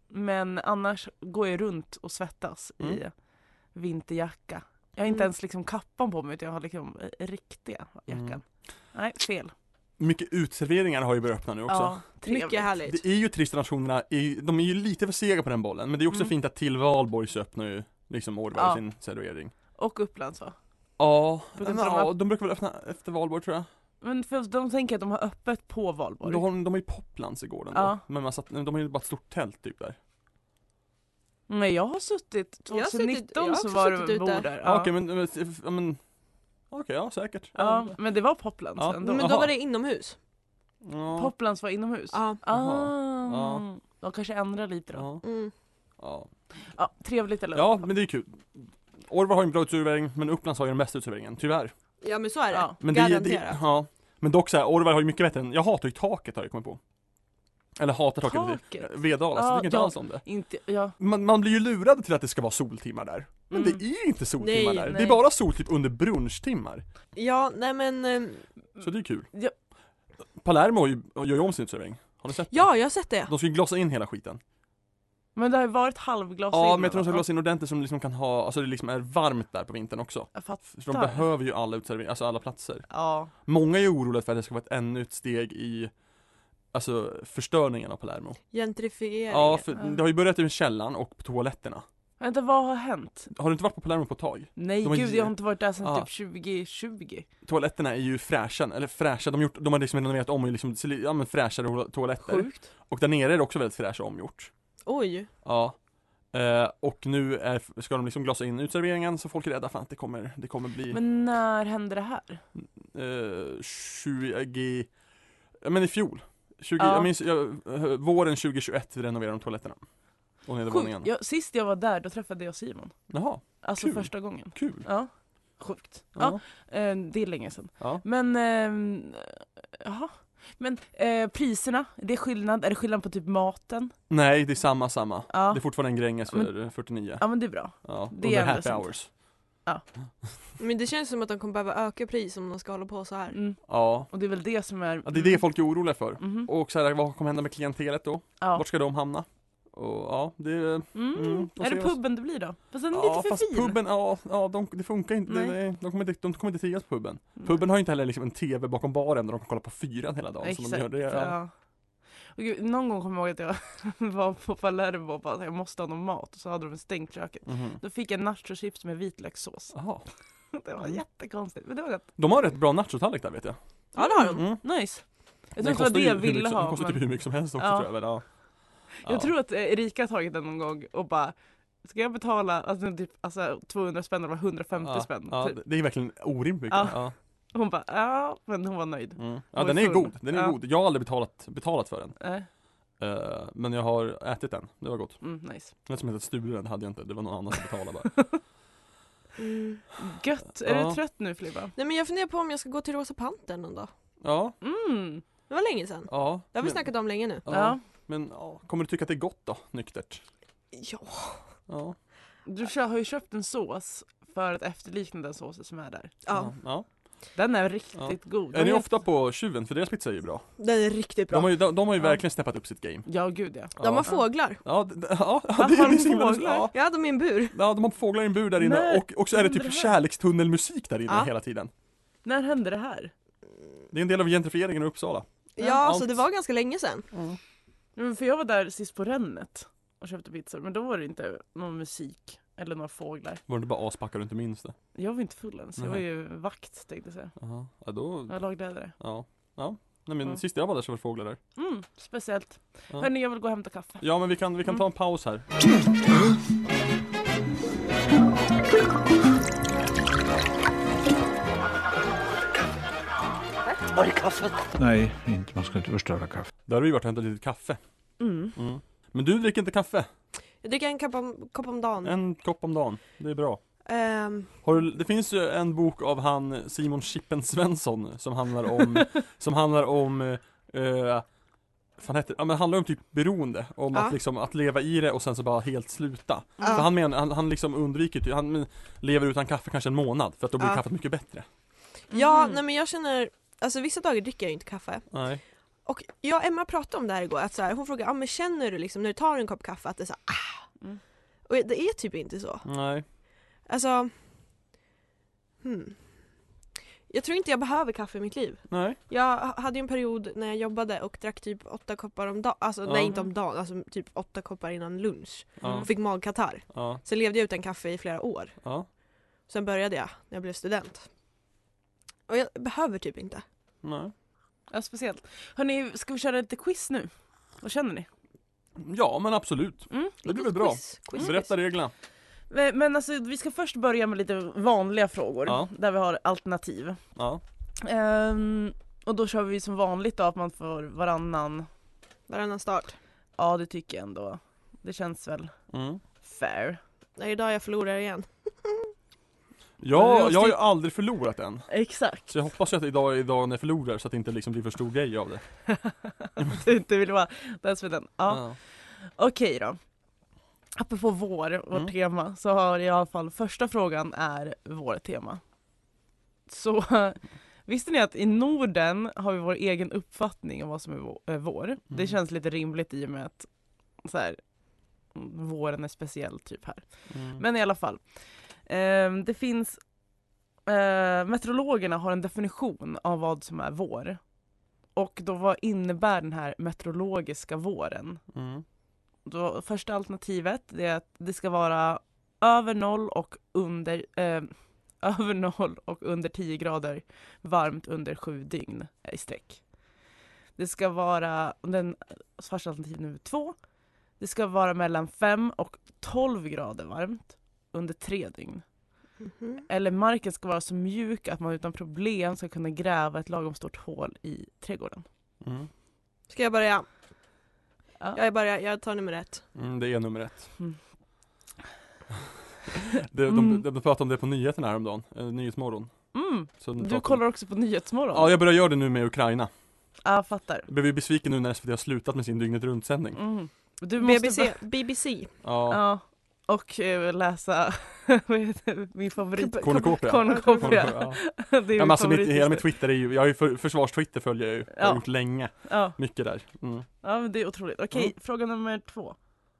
Men annars går jag runt och svettas i vinterjacka. Jag har inte ens liksom kappan på mig utan jag har liksom riktiga jackan. Nej, fel. Mycket utserveringar har ju börjat öppna nu också. Ja, trevligt. Mycket härligt. Det är ju trista nationerna, de är ju lite för sega på den bollen. Men det är också fint att till Valborg så öppnar ju liksom Orvar sin servering. Och Upplands va? Ja, Brukar inte de de brukar väl öppna efter Valborg tror jag. Men för de tänker att de har öppet på Valborg. De har ju Poplands i gården då. Men de har ju bara ett stort tält typ där. Nej, jag har suttit 2019 så var det bord där. Ja. Okej, ja säkert. Ja, men det var Poplands ändå. Men då var det inomhus. Ja. Poplands var inomhus? Ja. Ja. De kanske ändrar lite då. Ja. Ja, trevligt eller? Ja, men det är kul. Orvar har ju en bra utservering, men Upplands har ju den bästa utserveringen, tyvärr. Ja men så är det, Ja. Men garanterat. ja. Men dock så här, Orvar har ju mycket bättre än, jag hatar ju taket har jag kommit på. Eller hatar taket. Taket? Vedala, så jag tycker inte alls om det. Inte, ja. Man blir ju lurad till att det ska vara soltimmar där. Men det är ju inte soltimmar där. Det är nej. bara sol typ under brunchtimmar. Ja, nej men Så det är kul. Ja. Palermo gör ju om sin utservering. Har ni sett det? ja, jag har sett det. De ska ju glasa in hela skiten. Men det har ju varit halvglas Ja, in, men jag tror de ska va? glasa in ordentligt som liksom kan ha, alltså det liksom är varmt där på vintern också. Jag fattar. För de behöver ju alla utserveringar, alltså alla platser. Ja. Många är ju oroliga för att det ska vara ett ännu ett steg i, alltså förstörningen av Palermo. Gentrifiering. Ja, för det har ju börjat i källan och på toaletterna. Vänta, vad har hänt? Har du inte varit på Palermo på ett tag? Nej, De har gud, ju- jag har inte varit där sedan Ja. typ 2020. Toaletterna är ju fräscha, de har liksom renoverat om och liksom, ja men fräschare toaletter. Sjukt. Och där nere är det också väldigt fräscha omgjort. Oj. Ja. Och nu ska de liksom glasa in utserveringen så folk är rädda för att det kommer bli Men när hände det här? 20, men i fjol. Ja. Jag minns, våren 2021 renoverade de toaletterna. Och nedervåningen. Sjukt. Sist jag var där, då träffade jag Simon. Jaha, Alltså Kul. första gången. kul. Ja. Sjukt. Ja. Ja, det är länge sedan. Ja. Men, jaha. Men priserna, det är skillnad? Är det skillnad på typ maten? Nej, det är samma. Ja. Det är fortfarande en Gränges för 49. Ja, men det är bra. Ja, det under är ändå happy sant. hours. Men det känns som att de kommer behöva öka pris om de ska hålla på så här. Mm. Ja. Och det är väl det som är... Ja, det är det folk är oroliga för. Mhm. Och så här, vad kommer hända med klientelet då? Ja. Vart ska de hamna? Och ja, det Mm. får Är se det vad- puben det blir då? Fast den är Ja, lite för fast fin. puben, det funkar inte. Nej. De kommer inte trivas på puben. Nej. Puben har ju inte heller liksom en tv bakom baren där de kan kolla på fyran hela dagen. Exakt. Så de gör det, ja. Ja. Och gud, någon gång kommer jag ihåg att jag var på Palermo och bara att jag måste ha någon mat och så hade de stängt köket. Mhm. Då fick jag nachochips med vitlökssås. Jaha. Det var jättekonstigt, men det var gott. De har rätt bra nachotallrik där vet jag. Ja, det har de. Mm. Nice. Jag Den tror inte det var det jag hur ville mycket, ha. Den kostar Men typ hur mycket som helst också Ja. tror jag väl. Ja. jag tror att Erika har tagit den någon gång och bara, ska jag betala typ, 200 spänn eller 150 spänn? Ja, Typ. det är verkligen orimligt mycket. Ja. Ja. Hon bara, ja, men hon var nöjd. Mm. Ja, Hon den är är full. god. Den är Ja. god. Jag har aldrig betalat för den. Äh, Men jag har ätit den. Det var gott. nice. Något som heter stulen hade jag inte. Det var någon annan som betalade bara. Mm. Gött, är Ja. du trött nu Filippa? Nej men jag funderar på om jag ska gå till Rosa Pantern någon dag. Ja. Mm. Det var länge sedan. Ja. Det har vi men- snackat om länge nu. Ja. Ja. Men kommer du tycka att det är gott då? Nyktert? Ja. Ja. Du har ju köpt en sås för att efterlikna den såsen som är där. Ja. Ja. Den är riktigt god. Är ni ofta på Tjuven? För deras pizza är ju bra. Den är riktigt bra. De har ju Ja. verkligen steppat upp sitt game. Ja, gud ja. De har Ja. fåglar. Ja, det Har det de är så himla- fåglar? Ja. Ja, de är i en bur. Ja, de har fåglar i en bur där inne Nej, och så är det händer typ det här? kärlekstunnelmusik där inne Ja. hela tiden. När hände det här? Det är en del av gentrifieringen i Uppsala. Ja, allt. så det var ganska länge sedan. Men för jag var där sist på Rennet och köpte pizzor, men då var det inte någon musik eller några fåglar. Var det inte bara aspackar du inte minns det? Jag var inte full ens, jag Nej. var ju vakt tänkte jag säga. Jaha. Ja, då... Jag var lagledare. Ja. Nej men Ja. sist jag var där så var det fåglar där. Speciellt. Ja. Hörni, jag vill gå och hämta kaffe. Ja men vi kan ta en paus här. Nej, inte. Man ska inte förstöra kaffe. Där har vi varit och hämtat lite kaffe. Mm. Men du dricker inte kaffe? Jag dricker en kopp om dagen. En kopp om dagen, det är bra. Ehm, Det finns ju en bok av han Simon Chippen Svensson som handlar om handlar om typ beroende, om Ja. att liksom att leva i det och sen så bara helt sluta. Ja. För han liksom undviker typ, han lever utan kaffe kanske en månad för att då blir Ja. kaffet mycket bättre. Ja, Mhm. nej men jag känner, alltså vissa dagar dricker jag ju inte kaffe. Nej. Och jag och Emma pratade om det här igår, att så här, hon frågade, men känner du liksom när du tar en kopp kaffe att det är så här, Och det är typ inte så. Nej. Alltså, jag tror inte jag behöver kaffe i mitt liv. Nej. Jag hade ju en period när jag jobbade och drack typ 8 koppar om dagen. Alltså nej, inte om dagen, alltså typ 8 koppar innan lunch. Ja. Och fick magkatarr. Ja. Sen levde jag utan kaffe i flera år. Ja. Sen började jag när jag blev student. Och jag behöver typ inte. Nej. Ja, speciellt. Hörrni, ska vi köra lite quiz nu? Vad känner ni? Ja, men absolut. Det blir väl bra. Quiz. Berätta reglerna. Men alltså, vi ska först börja med lite vanliga frågor. Ja. Där vi har alternativ. Ja. Och då kör vi som vanligt då att man får Varannan start. Ja, det tycker jag ändå. Det känns väl fair. Det är idag jag förlorar igen. Ja, jag har ju aldrig förlorat än. Exakt. Så jag hoppas ju att idag är dagen jag förlorar så att det inte liksom blir för stor grej av det. Du inte vill vara den som är den. Ja. Okej då. Apropå vårt tema, så har i alla fall första frågan är vårt tema. Så visste ni att i Norden har vi vår egen uppfattning om vad som är vår? Det känns lite rimligt i och med att så här, våren är speciell typ här. Men i alla fall. Det finns meteorologerna har en definition av vad som är vår. Och då vad innebär den här meteorologiska våren? Då, första alternativet är att det ska vara över 0 och under över 0 och under 10 grader varmt under 7 dygn i sträck. Det ska vara första alternativ nummer 2. Det ska vara mellan 5 och 12 grader varmt under 3 dygn. Eller marken ska vara så mjuk att man utan problem ska kunna gräva ett lagom stort hål i trädgården. Ska jag börja? Ja. Jag tar nummer 1. Det är nummer 1. De pratade om det på nyheterna häromdagen, Nyhetsmorgon. Så Du kollar också på Nyhetsmorgon? Ja, jag börjar göra det nu med Ukraina. Ja, fattar. Jag blev ju besviken nu när SVT har slutat med sin dygnet runt-sändning. Du måste BBC. Ja. Och läsa min favorit Cornucopia. Cornucopia. Ja. Det är Men alltså favorit hela mitt Twitter är ju, jag har ju försvarstwitter följer jag ju. Jag har gjort länge. Ja. Mycket där. Ja, men det är otroligt. Okej, fråga nummer 2.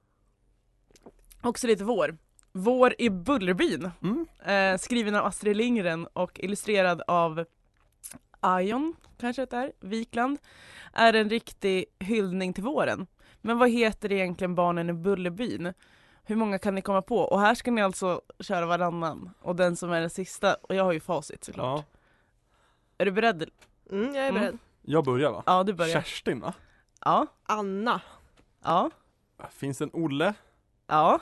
Också lite vår. Vår i Bullerbyn. Skriven av Astrid Lindgren och illustrerad av Ion, kanske det är, Wikland. Är en riktig hyllning till våren. Men vad heter egentligen barnen i Bullerbyn? Hur många kan ni komma på? Och här ska ni alltså köra varannan. Och den som är den sista. Och jag har ju facit såklart. Ja. Är du beredd? Jag är beredd. Jag börjar va? Ja, du börjar. Kerstin va? Ja. Anna. Ja. Finns det en Olle? Ja.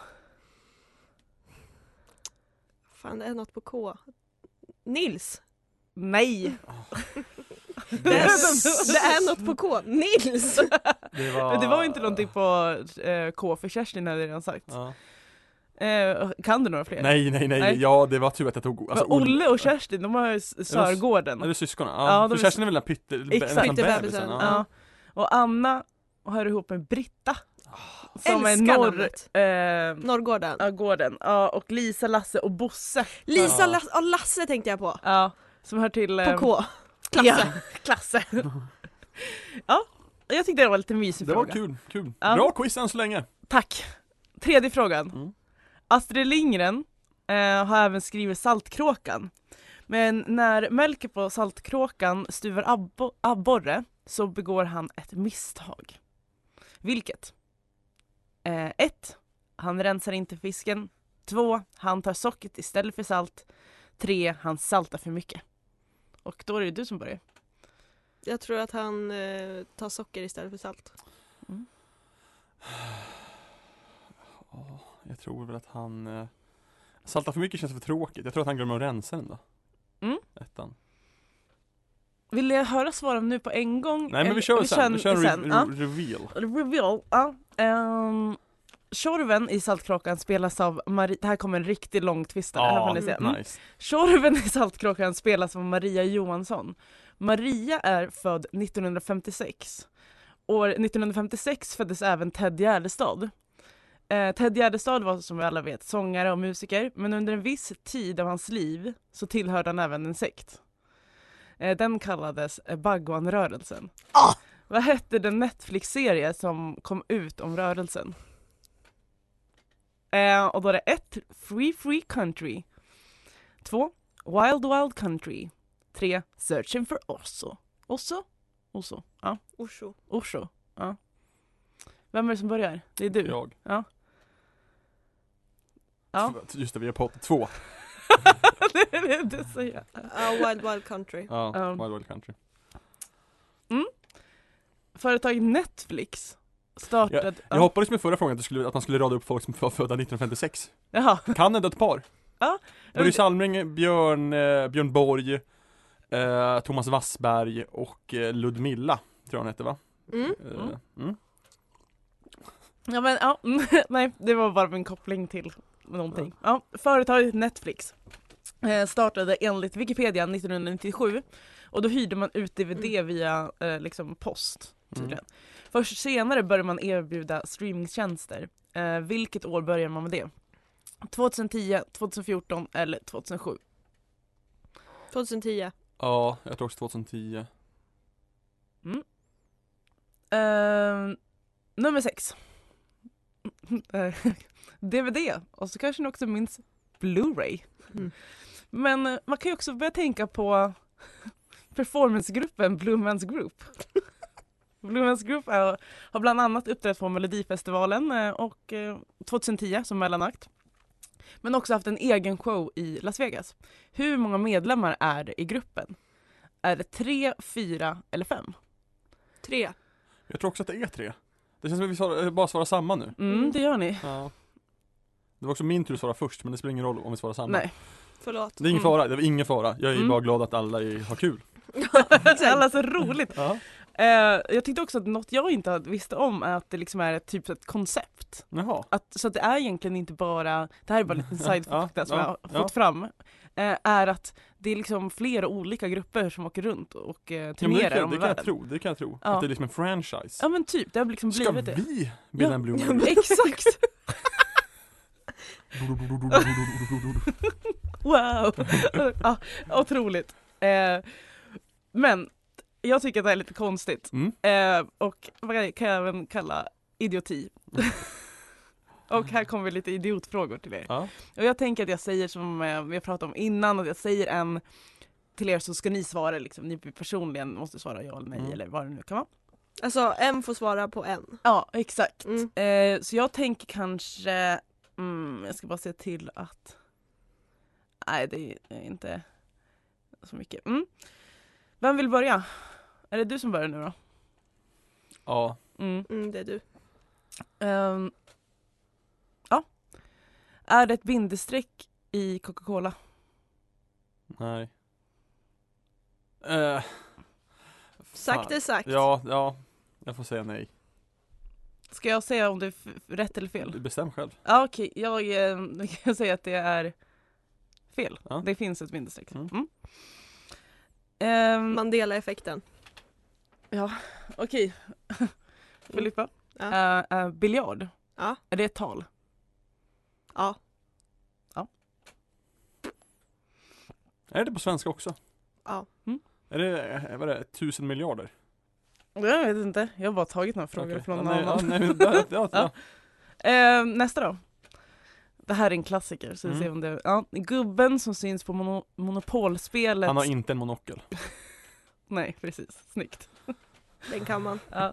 Fan, det är något på K. Nils. Nej. Det är något på K. Nils. Men det var inte någonting på K för Kerstin hade jag redan sagt. Ja. Kan du några fler? Nej. Ja, det var tur att jag tog alltså, Olle och Kerstin, de har ju Sörgården. Är det syskonen? Ja, för Kerstin är väl den Pyttebebisen. Ja. Och Anna hör ihop med Britta. Som Älskar är namnet. Norrgården. Ja, gården. Ja, och Lisa, Lasse och Bosse. Lisa, Lasse tänkte jag på. Ja, som hör till På K. Klasse. Ja, klasse. Ja, jag tyckte det var lite mysig fråga. Det var kul. Ja. Bra quiz än så länge. Tack. Tredje frågan. Astrid Lindgren har även skrivit Saltkråkan. Men när Melker på Saltkråkan stuvar abborre så begår han ett misstag. Vilket? 1. Han rensar inte fisken. 2. Han tar sockret istället för salt. 3. Han saltar för mycket. Och då är det du som börjar. Jag tror att han tar socker istället för salt. Jag tror väl att han saltar för mycket känns för tråkigt. Jag tror att han glömmer att rensa den då. Ettan. Vill jag höra svaren nu på en gång? Nej, men vi kör sen. Vi kör en reveal. Reveal, ja. Tjorven i Saltkråkan spelas av Maria. Det här kommer en riktigt lång twistare. Här får ni se. Nice. Tjorven i Saltkråkan spelas av Maria Johansson. Maria är född 1956. År 1956 föddes även Ted Gärdestad. Ted Gärdestad var som vi alla vet sångare och musiker, men under en viss tid av hans liv så tillhörde han även en sekt. Den kallades Bhagwan-rörelsen. Vad hette den Netflix-serie som kom ut om rörelsen? Och då är det 1. Free Country. 2. Wild Country. 3. Searching for Oslo. Oslo? Ja. Oslo. Ja. Vem är det som börjar? Det är du. Jag. Ja. Ja. Just det, vi är på 2. Det är det säger. Wild Country. Ja, Wild Country. Företaget Netflix startade... Jag hoppades med förra frågan att man skulle rada upp folk som var födda 1956. Jaha. Kan ändå ett par. Ja. Börje Salming, Björn Borg, Thomas Wassberg och Ludmilla, tror jag hon hette, va? Ja, men ja, nej, det var bara en koppling till någonting. Ja, företaget Netflix startade enligt Wikipedia 1997 och då hyrde man ut DVD via liksom post tydligen. Först senare började man erbjuda streamingtjänster. Vilket år började man med det? 2010, 2014 eller 2007? 2010. Ja, jag tror också 2010. Nummer 6. DVD. Och så kanske ni också minns Blu-ray. Men man kan ju också börja tänka på performancegruppen Blue Man's Group. Blue Man's Group har bland annat uppträtt på Melodifestivalen och 2010 som mellanakt. Men också haft en egen show i Las Vegas. Hur många medlemmar är det i gruppen? Är det 3, 4 eller 5? 3. Jag tror också att det är 3. Det känns som att vi bara svarar samma nu. Det gör ni. Ja. Det var också min tur att svara först, men det spelar ingen roll om vi svarar samma. Nej. Förlåt. Det är ingen fara, det var ingen fara. Jag är bara glad att alla har kul. Alla så roligt. Ja. Jag tyckte också att något jag inte visste om är att det liksom är ett koncept. Jaha. Så att det är egentligen inte bara, det här är bara en liten sidefakta som jag har fått ja. fram, är att det är liksom flera olika grupper som åker runt och turnerar om världen. Det kan jag tro. Ja. Att det är liksom en franchise. Ja men typ, det har liksom Ska blivit det. vi bilda en Blue Man? Exakt! Wow! Ja, otroligt. Men jag tycker att det är lite konstigt. Och vad kan jag även kalla idioti. Och här kommer lite idiotfrågor till er. Ja. Och jag tänker att jag säger som vi har pratat om innan, att jag säger en till er så ska ni svara liksom. Ni personligen måste svara ja eller nej eller vad det nu kan vara. Alltså en får svara på en. Ja, exakt. Så jag tänker kanske jag ska bara se till att nej, det är inte så mycket. Vem vill börja? Är det du som börjar nu då? Ja. Det är du. Ja. Är det ett bindestreck i Coca-Cola? Nej. Sagt är sagt. Ja. Jag får säga nej. Ska jag säga om det är rätt eller fel? Du bestäm själv. Ja, okej. Jag kan säga att det är fel. Ja. Det finns ett bindestreck. Mandela-effekten. Ja, okej. Filippa? Ja. Biljard? Ja. Är det ett tal? Ja. Är det på svenska också? Ja. Är det, vad är det, 1000 miljarder? Jag vet inte. Jag har bara tagit några frågor från någon annan. Nästa då. Det här är en klassiker. Så vi ser om det, gubben som syns på monopolspelet. Han har inte en monokel. Nej, precis. Snyggt. Den kan man. Ja.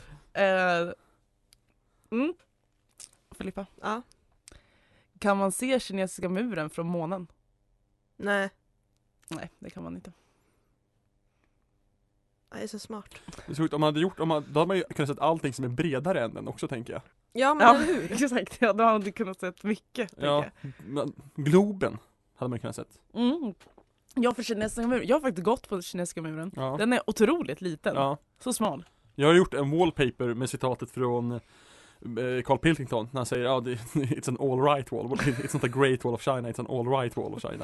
Filippa? Ja. Kan man se kinesiska muren från månen? Nej. Nej, det kan man inte. Det är så smart. Det är så sjukt, då hade man ju kunnat sett allting som är bredare än den också, tänker jag. Ja, men eller hur? Exakt. Ja, då hade du kunnat sett mycket. Ja, men Globen hade man kunnat sett. Ja, för kinesiska muren. Jag har faktiskt gått på kinesiska muren. Ja. Den är otroligt liten. Ja. Så smal. Jag har gjort en wallpaper med citatet från Carl Pilkington när han säger it's an all right wall. It's not a great wall of China, it's an all right wall of China.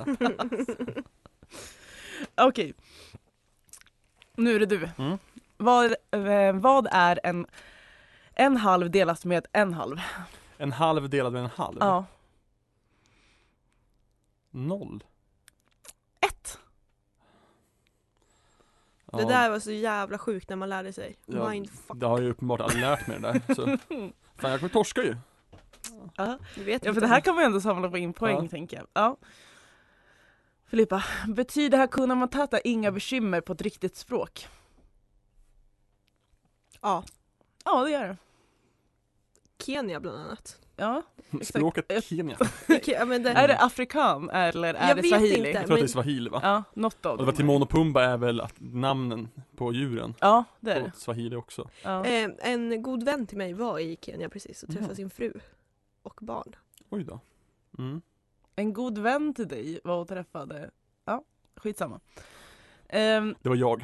Okej. Nu är det du. Vad är en halv delat med en halv? En halv delad med en halv? Ja. 0. 1. Det där var så jävla sjukt när man lärde sig. Ja, Mindfuck. det har jag ju uppenbart aldrig lärt mig det där. Så. Fan, jag kommer torska ju. Ja. Du vet Ja, inte. för det här kan man ändå samla på in poäng, Ja. tänker jag. Ja. Filippa, betyder Hakuna Matata inga bekymmer på ett riktigt språk? Ja. Ja, det gör det. Kenya bland annat. Ja, exakt. Språket Kenya. Ja, men det, Är det afrikan eller är Jag det vet swahili? inte. Jag tror att det är Men- swahili va? Ja, något av Och det var dem. Timon och Pumba är väl att namnen på djuren. Ja, det är det. På swahili också. Ja. en god vän till mig var i Kenya precis och träffade Mhm. sin fru och barn. Oj då. Mm. En god vän till dig var och träffade... Ja, skitsamma. Det var jag.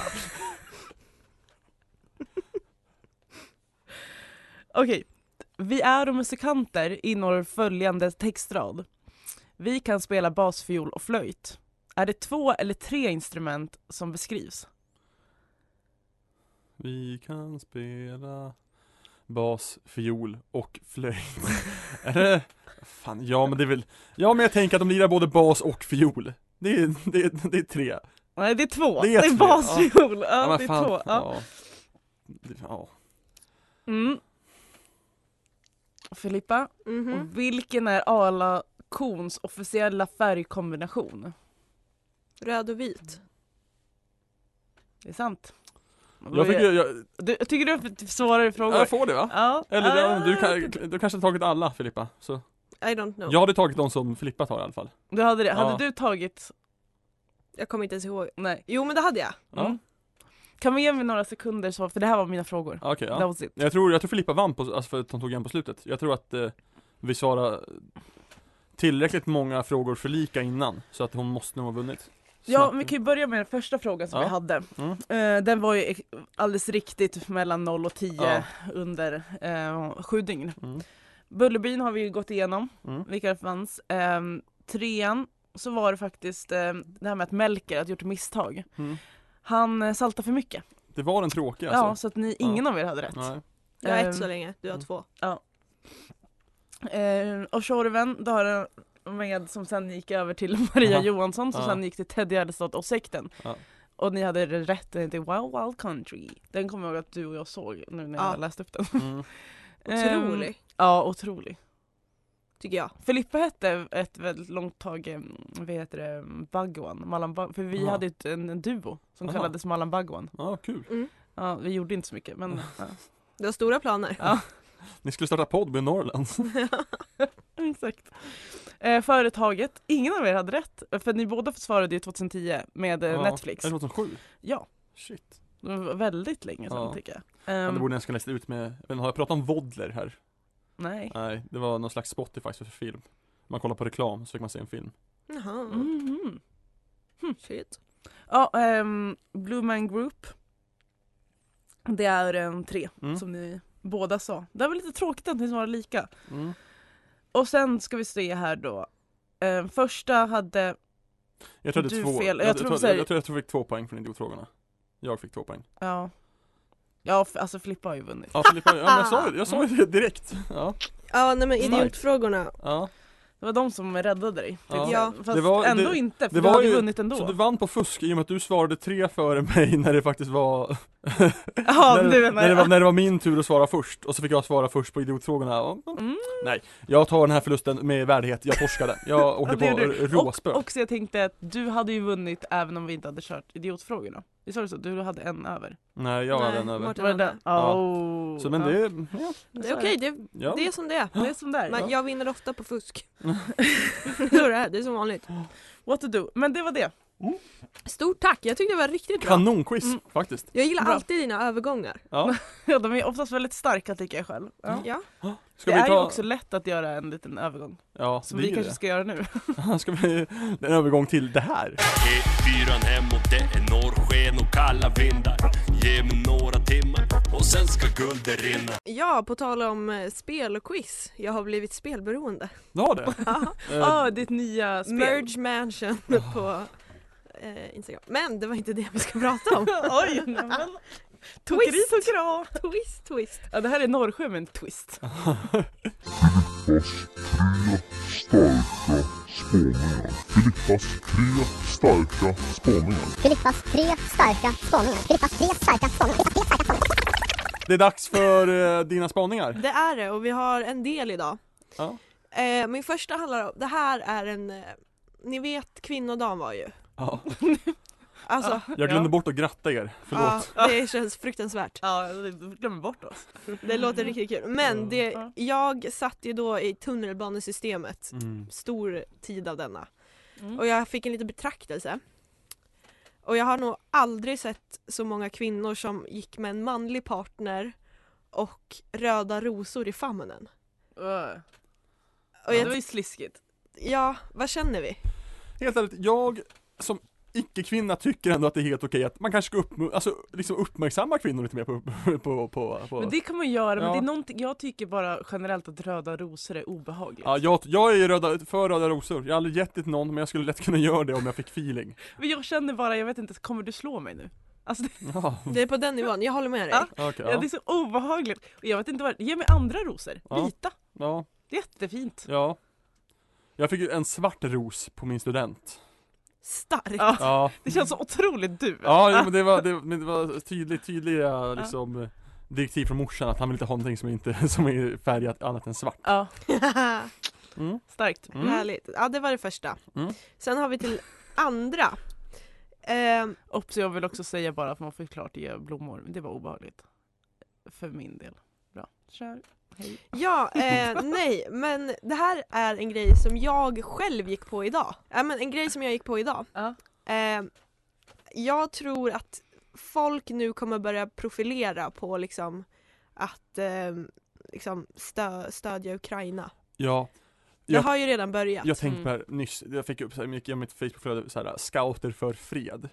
Okej. Vi är musikanter innehåller följande textrad. Vi kan spela basfiol och flöjt. Är det 2 eller 3 instrument som beskrivs? Vi kan spela bas, fiol och flöjt. Är det... Fan, ja men det är väl... Ja men jag tänker att de lirar både bas och fiol. Det är 3. Nej, det är 2. Det är Det är tre, basfiol. Ja, Ja, men det är fan, 2. Ja. Ja. Ja. Mm. Filippa, Mhm. och vilken är Arla kons officiella färgkombination? Röd och vit. Det är sant. Jag fick ju... Tycker du att du svarar i frågor? Jag får det va? Ja. Eller Ja, du kanske har tagit alla Filippa, så. I don't know. Jag hade tagit de som Filippa tar i alla fall. Du hade det. Ja. Hade du tagit... Jag kommer inte ens ihåg. Nej. Jo men det hade jag. Ja. Mm. Kan vi ge mig några sekunder så, för det här var mina frågor. Okej, That ja. was it. Jag tror Filippa vann på, alltså för att hon tog igen på slutet. Jag tror att vi svarade tillräckligt många frågor för lika innan, så att hon måste nog ha vunnit. Ja, Snabbt. vi kan ju börja med den första frågan som Ja. vi hade. Mm. Den var ju alldeles riktigt mellan 0 och 10 Ja. under 7 dygn. Mm. Bullerbyn har vi ju gått igenom, Mm. vilka det fanns. 3:an så var det faktiskt det här med att Melker hade gjort misstag. Mm. Han saltade för mycket. Det var den tråkiga Ja, alltså. så att ingen av er hade rätt. Nej. Jag har ett Ehm, så länge, du har mm. 2. Och Tjorven, då har den med som sen gick över till Maria Aha. Johansson som Ja. sen gick till Ted Gärdestad och sekten. Ja. Och ni hade rätt till Wild Wild Country. Den kommer jag ihåg att du och jag såg nu när Ja. jag läste upp den. Mm. Otrolig, Ja, otrolig. tycker jag. Filippa hette ett väldigt långt tag, vad heter det, Bagwan. För vi Aha. hade en duo som Aha. kallades Mallan Bagwan. Ja, kul. Ja, vi gjorde inte så mycket, men ja. Du har stora planer. Ja. Ni skulle starta podd med Norrlands. Exakt. Företaget, ingen av er hade rätt. För ni båda svarade ju 2010 med Ja. Netflix. Är det 2007? Ja, Shit. det var väldigt länge sedan Ja. tycker jag. Ja, det borde jag ska läsa ut med, men har jag pratat om Vodler här? Nej. Nej, det var någon slags Spotify för film. Man kollar på reklam så fick man se en film. Jaha, Mhm. shit. Ja, Blue Man Group. Det är 3 Mm. som ni båda sa. Det var lite tråkigt att ni svarade lika. Mm. Och sen ska vi se här då. Första hade... Jag tror det Du är 2. fel. Jag, Jag tror, tror jag, så här- jag tror jag fick 2 poäng från idiotfrågorna. Jag fick 2 poäng. Ja, alltså Filippa har ju vunnit. Ja, Filippa, ja, men jag sa ju det direkt. Ja, Ja, nej men Starkt. idiotfrågorna. ja. Det var de som räddade dig. Ja. Ja. Fast Det var- ändå det- inte, för det du var hade ju- vunnit ändå. Så du vann på fusk i och med att du svarade 3 före mig när det faktiskt var Ja, när, du menar när det var min tur att svara först. Och så fick jag svara först på idiotfrågorna. Ja, Mm. nej, jag tar den här förlusten med värdighet. Jag torskade. Jag åkte Ja, det på gjorde du. råspö. Och så jag tänkte att du hade ju vunnit även om vi inte hade kört idiotfrågorna. Visst var det så? Du hade en över. Nej, jag hade den över. Martin Var det hade. det? Ja. Oh. Så men Ja. det, ja, Det är okej, ja. det är som det är. Det är som där. Men jag vinner ofta på fusk. Så det är som vanligt. What to do. Men det var det. Stort tack, jag tyckte det var riktigt bra. Kanonquiz Mm. faktiskt. Jag gillar Bra. alltid dina övergångar. Ja. Ja, de är oftast väldigt starka tycker jag själl. Ja. Ja. Ska Det vi är ta ju också lätt att göra en liten övergång. Ja, Som det vi är kanske det. ska göra nu. Ska vi en övergång till det här? E4 hem och det är norrsken och kalla vindar. Ge mig några timmar och sen ska guldet rinna. Ja, på tal om spel och quiz. Jag har blivit spelberoende. Du har det? Ja, ditt nya spel. Merge Mansion på Instagram. Men det var inte det vi ska prata om. Oj, men tokeri, tokera. Twist. Ja, det här är Norrsjö med en twist. Filippas 3 starka spåningar. Filippas 3 starka spåningar. Filippas 3 starka spåningar. Filippas 3 starka spåningar. Det är dags för dina spaningar. Det är det, och vi har en del idag. Ja. Min första handlar om, det här är en, ni vet kvinnodagen var ju. Ja. Alltså, Jag glömde bort att gratta er, förlåt. ja, det känns fruktansvärt. Ja, du glömmer bort oss. Det låter riktigt kul. Men jag satt ju då i tunnelbanesystemet. Stor tid av denna. Och jag fick en liten betraktelse. Och jag har nog aldrig sett så många kvinnor som gick med en manlig partner och röda rosor i famnen. Och Det var ju sliskigt. ja, vad känner vi? Helt ärligt, jag som icke-kvinna tycker ändå att det är helt okej att man kanske ska uppmärksamma kvinnor lite mer på. Men det kan man göra, men Ja. det är någonting, jag tycker bara generellt att röda rosor är obehagligt. Ja, jag är för röda rosor. Jag har aldrig gett det till någon, men jag skulle lätt kunna göra det om jag fick feeling. Men jag känner bara, jag vet inte, kommer du slå mig nu? Alltså Ja, Det är på den nivån, jag håller med dig. Ja. okej, ja, det är så obehagligt. Och jag vet inte vad, ge mig andra rosor, Ja. vita. ja, Det är jättefint. ja. Jag fick ju en svart ros på min student. Starkt. Ja. Ja, Det känns så otroligt du. ja, men det var tydliga liksom direktiv från morsan att han vill inte ha någonting som är färgat annat än svart. Ja, Mm. starkt. Mm. Härligt. Ja, det var det första. Mm. Sen har vi till andra. Och så jag vill också säga bara att man får klart ge blommor. Det var obehagligt. För min del. Bra. Kör. Hej. Ja, nej, men det här är en grej som jag själv gick på idag. Men en grej som jag gick på idag. Ja. Jag tror att folk nu kommer börja profilera på liksom att liksom stödja Ukraina. Ja. Det har ju redan börjat. Jag tänkte på det här nyss, jag fick upp så här mycket i mitt Facebookflöde så här, scouter för fred.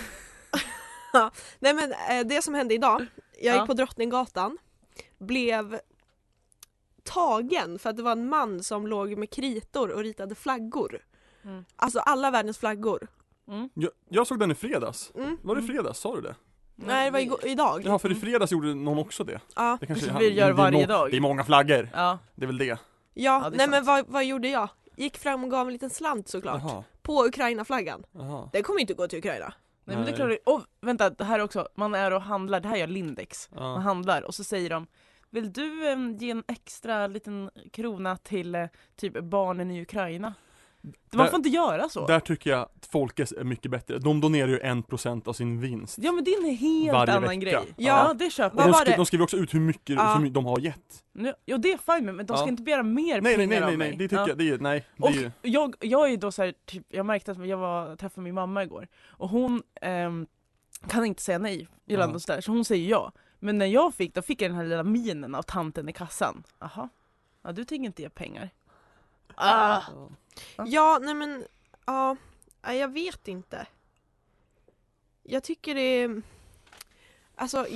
Nej, men det som hände idag, jag Ja. gick på Drottninggatan, blev tagen för att det var en man som låg med kritor och ritade flaggor. Mm. Alltså alla världens flaggor. Mm. Jag såg den i fredags. Mm. Var det i fredags, sa du det? Nej, det var idag. Ja, för i fredags gjorde någon också det. Ja, Det kanske Så vi gör varje dag. Det är många flaggor. Ja. Det är väl det. Ja, ja, det är nej, men sant. vad gjorde jag? Gick fram och gav en liten slant såklart. Jaha. På Ukraina-flaggan. Jaha. Den kommer inte gå till Ukraina. Nej, men det är Nej. klart. Och vänta, det här också. Man är och handlar, det här gör Lindex. Man Ja. handlar och så säger de, vill du ge en extra liten krona till typ barnen i Ukraina? Man får inte göra så. Där tycker jag att Folkes är mycket bättre. De donerar ju 1% av sin vinst. Ja, men det är en helt Varje annan vecka. grej. Ja. Ja, det köper Och Vad jag. var det? de skriver också ut hur mycket Ja. de har gett. Ja, det är fine, men de ska Ja. inte begära mer Nej, pengar av nej, mig. det tycker Ja. jag, det är, nej. Det Och är ju, jag är då så här, typ, jag märkte att jag träffade min mamma igår och hon kan inte säga nej gällande Ja. och sådär, så hon säger ja. Men när jag fick jag den här lilla minen av tanten i kassan. Jaha, ja, du tänker inte ge pengar. Ah. Ja. Ja, nej men, ja, jag vet inte. Jag tycker det är, alltså,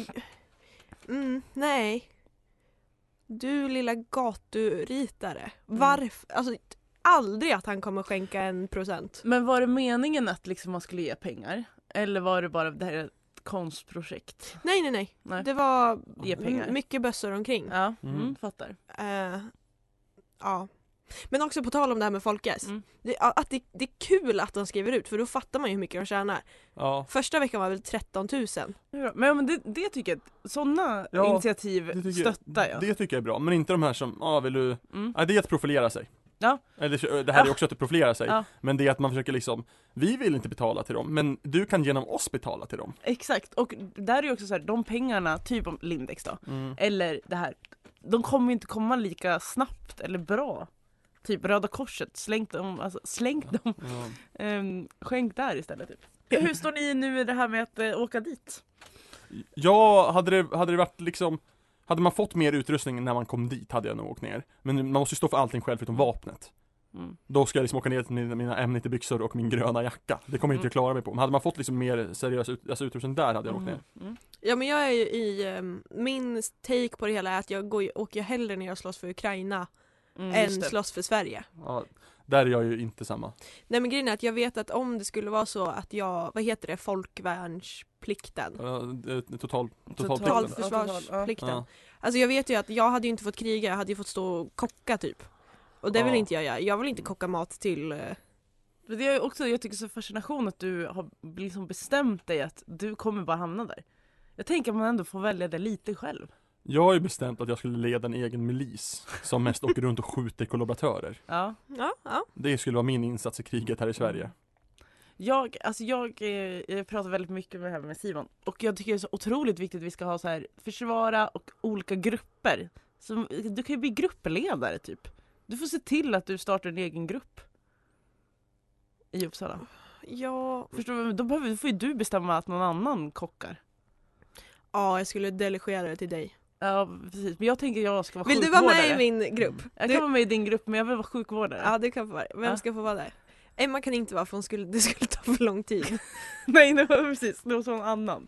nej. Du lilla gaturitare. Varför? Alltså, aldrig att han kommer skänka 1%. Men var det meningen att liksom man skulle ge pengar? Eller var det bara det här är ett konstprojekt? Nej. Nej. Det var Ge pengar. mycket bössor omkring. Ja, Mm. fattar. Ja. Men också på tal om det här med Folkes. Mm. Det är kul att de skriver ut, för då fattar man ju hur mycket de tjänar. ja. Första veckan var väl 13 000. Men det tycker jag, sådana Ja, initiativ Det tycker stöttar jag. Det tycker jag är bra, men inte de här som, vill du... Mm. Ja, det är att profilera sig. Ja. Eller, det här är också att profilera sig. Ja. Men det är att man försöker liksom, vi vill inte betala till dem, men du kan genom oss betala till dem. Exakt, och där är ju också så här, de pengarna, typ om Lindex då, Mm. eller det här, de kommer inte komma lika snabbt eller bra. Typ Röda Korset, slängt dem, Ja. skänk där istället typ. Hur står ni nu i det här med att åka dit? Ja, hade det varit liksom, hade man fått mer utrustning när man kom dit hade jag nog åkt ner. Men man måste ju stå för allting själv förutom vapnet. Mm. Då ska jag liksom åka ner till mina M90-byxor och min gröna jacka. Det kommer jag inte att klara mig på. Men hade man fått liksom mer seriös utrustning där hade jag åkt ner. Mm. Ja, men jag är ju i, min take på det hela är att åker hellre ner och slåss för Ukraina än Just det. slåss för Sverige. Ja, där är jag ju inte samma. Nej, men grejen är att jag vet att om det skulle vara så att jag, vad heter det, folkvärnsplikten, Totalplikten. totalförsvarsplikten. Ja. Alltså jag vet ju att jag hade ju inte fått kriga, jag hade ju fått stå och kocka typ. Och det vill inte jag göra. Jag vill inte koka mat till... Men det är också, jag tycker så fascination att du har liksom bestämt dig att du kommer bara hamna där. Jag tänker att man ändå får välja det lite själv. Jag har ju bestämt att jag skulle leda en egen milis som mest åker runt och skjuter kollaboratörer. Ja. Det skulle vara min insats i kriget här i Sverige. Jag pratar väldigt mycket med det här med Simon. Och jag tycker det är så otroligt viktigt att vi ska ha så här försvara och olika grupper. Så, du kan ju bli gruppledare typ. Du får se till att du startar en egen grupp. I Uppsala. Ja. Förstår du? Då får ju du bestämma att någon annan kockar. Ja, jag skulle delegera det till dig. Ja, precis. Men jag tänker jag ska vara Vill sjukvårdare. du vara med i min grupp? Jag kan vara med i din grupp, men jag vill vara sjukvårdare. Ja, det kan få vara. Vem ska få vara där? Emma kan inte vara, för det skulle ta för lång tid. Nej, det var precis. Det var så en annan.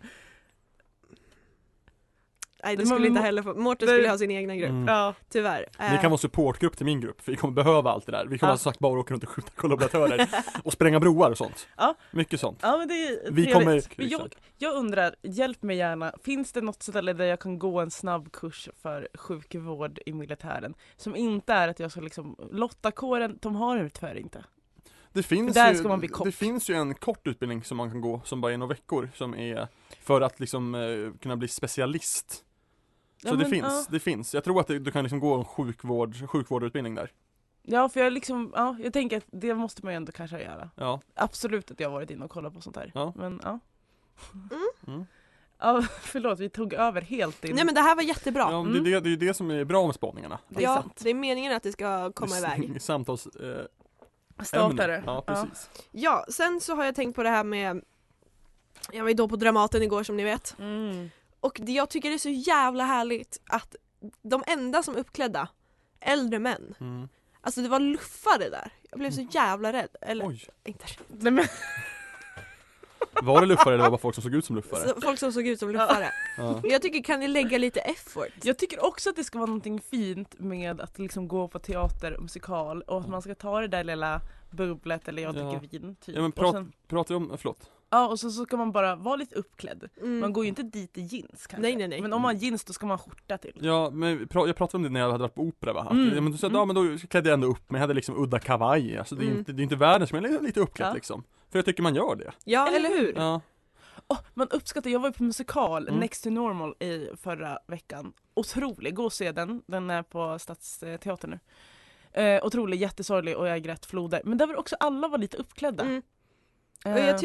Nej, det skulle inte heller få. Mårten skulle ha sin egna grupp. Ja, tyvärr. Ni kan vara supportgrupp till min grupp, för vi kommer behöva allt det där. Vi kommer sagt bara åka runt och skjuta kollaboratörer och spränga broar och sånt. Ja. Mycket sånt. Ja, men det är vi kommer, jag undrar, hjälp mig gärna. Finns det något ställe där jag kan gå en snabb kurs för sjukvård i militären? Som inte är att jag ska liksom Lottakåren, de har det tyvärr inte. Det finns ju en kort utbildning som man kan gå som bara är några veckor, som är för att liksom kunna bli specialist. Så det finns. Jag tror att du kan liksom gå en sjukvårdutbildning där. Ja, för jag tänker att det måste man ju ändå kanske göra. Ja. Absolut att jag har varit inne och kollat på sånt här. Ja. Men ja. Ja, förlåt, vi tog över helt in. Nej, men det här var jättebra. Ja, det är ju det som är bra med spaningarna. Det är sant. Det är meningen att det ska komma iväg. Samtals startare. Ja, precis. Ja, sen så har jag tänkt på det här med... Jag var ju då på Dramaten igår, som ni vet. Och jag tycker det är så jävla härligt att de enda som uppklädda, äldre män. Alltså det var luffare där. Jag blev så jävla rädd. Eller, inte rädd. Var det luffare eller var det bara folk som såg ut som luffare? Folk som såg ut som luffare. Ja. Jag tycker, kan ni lägga lite effort? Jag tycker också att det ska vara någonting fint med att liksom gå på teater och musikal. Och att man ska ta det där lilla bubblet eller jag dricker vin typ. Ja, men pratar vi om, förlåt. Ja, och så ska man bara vara lite uppklädd. Man går ju inte dit i jeans kanske. Nej. Men om man har jeans då ska man skjorta till. Ja, men jag pratade om det när jag hade varit på opera, va? Men du sa, men då klädde jag ändå upp, men jag hade liksom udda kavaj. Alltså det är inte världen som är lite uppklädd liksom. För jag tycker man gör det. Ja, eller hur? Ja. Man uppskattar, jag var ju på musikal Next to Normal i förra veckan. Otrolig, gå och se den. Den är på Stadsteatern nu. Otrolig, jättesorglig och jag grät floder. Men där var också alla var lite uppklädda. Och jag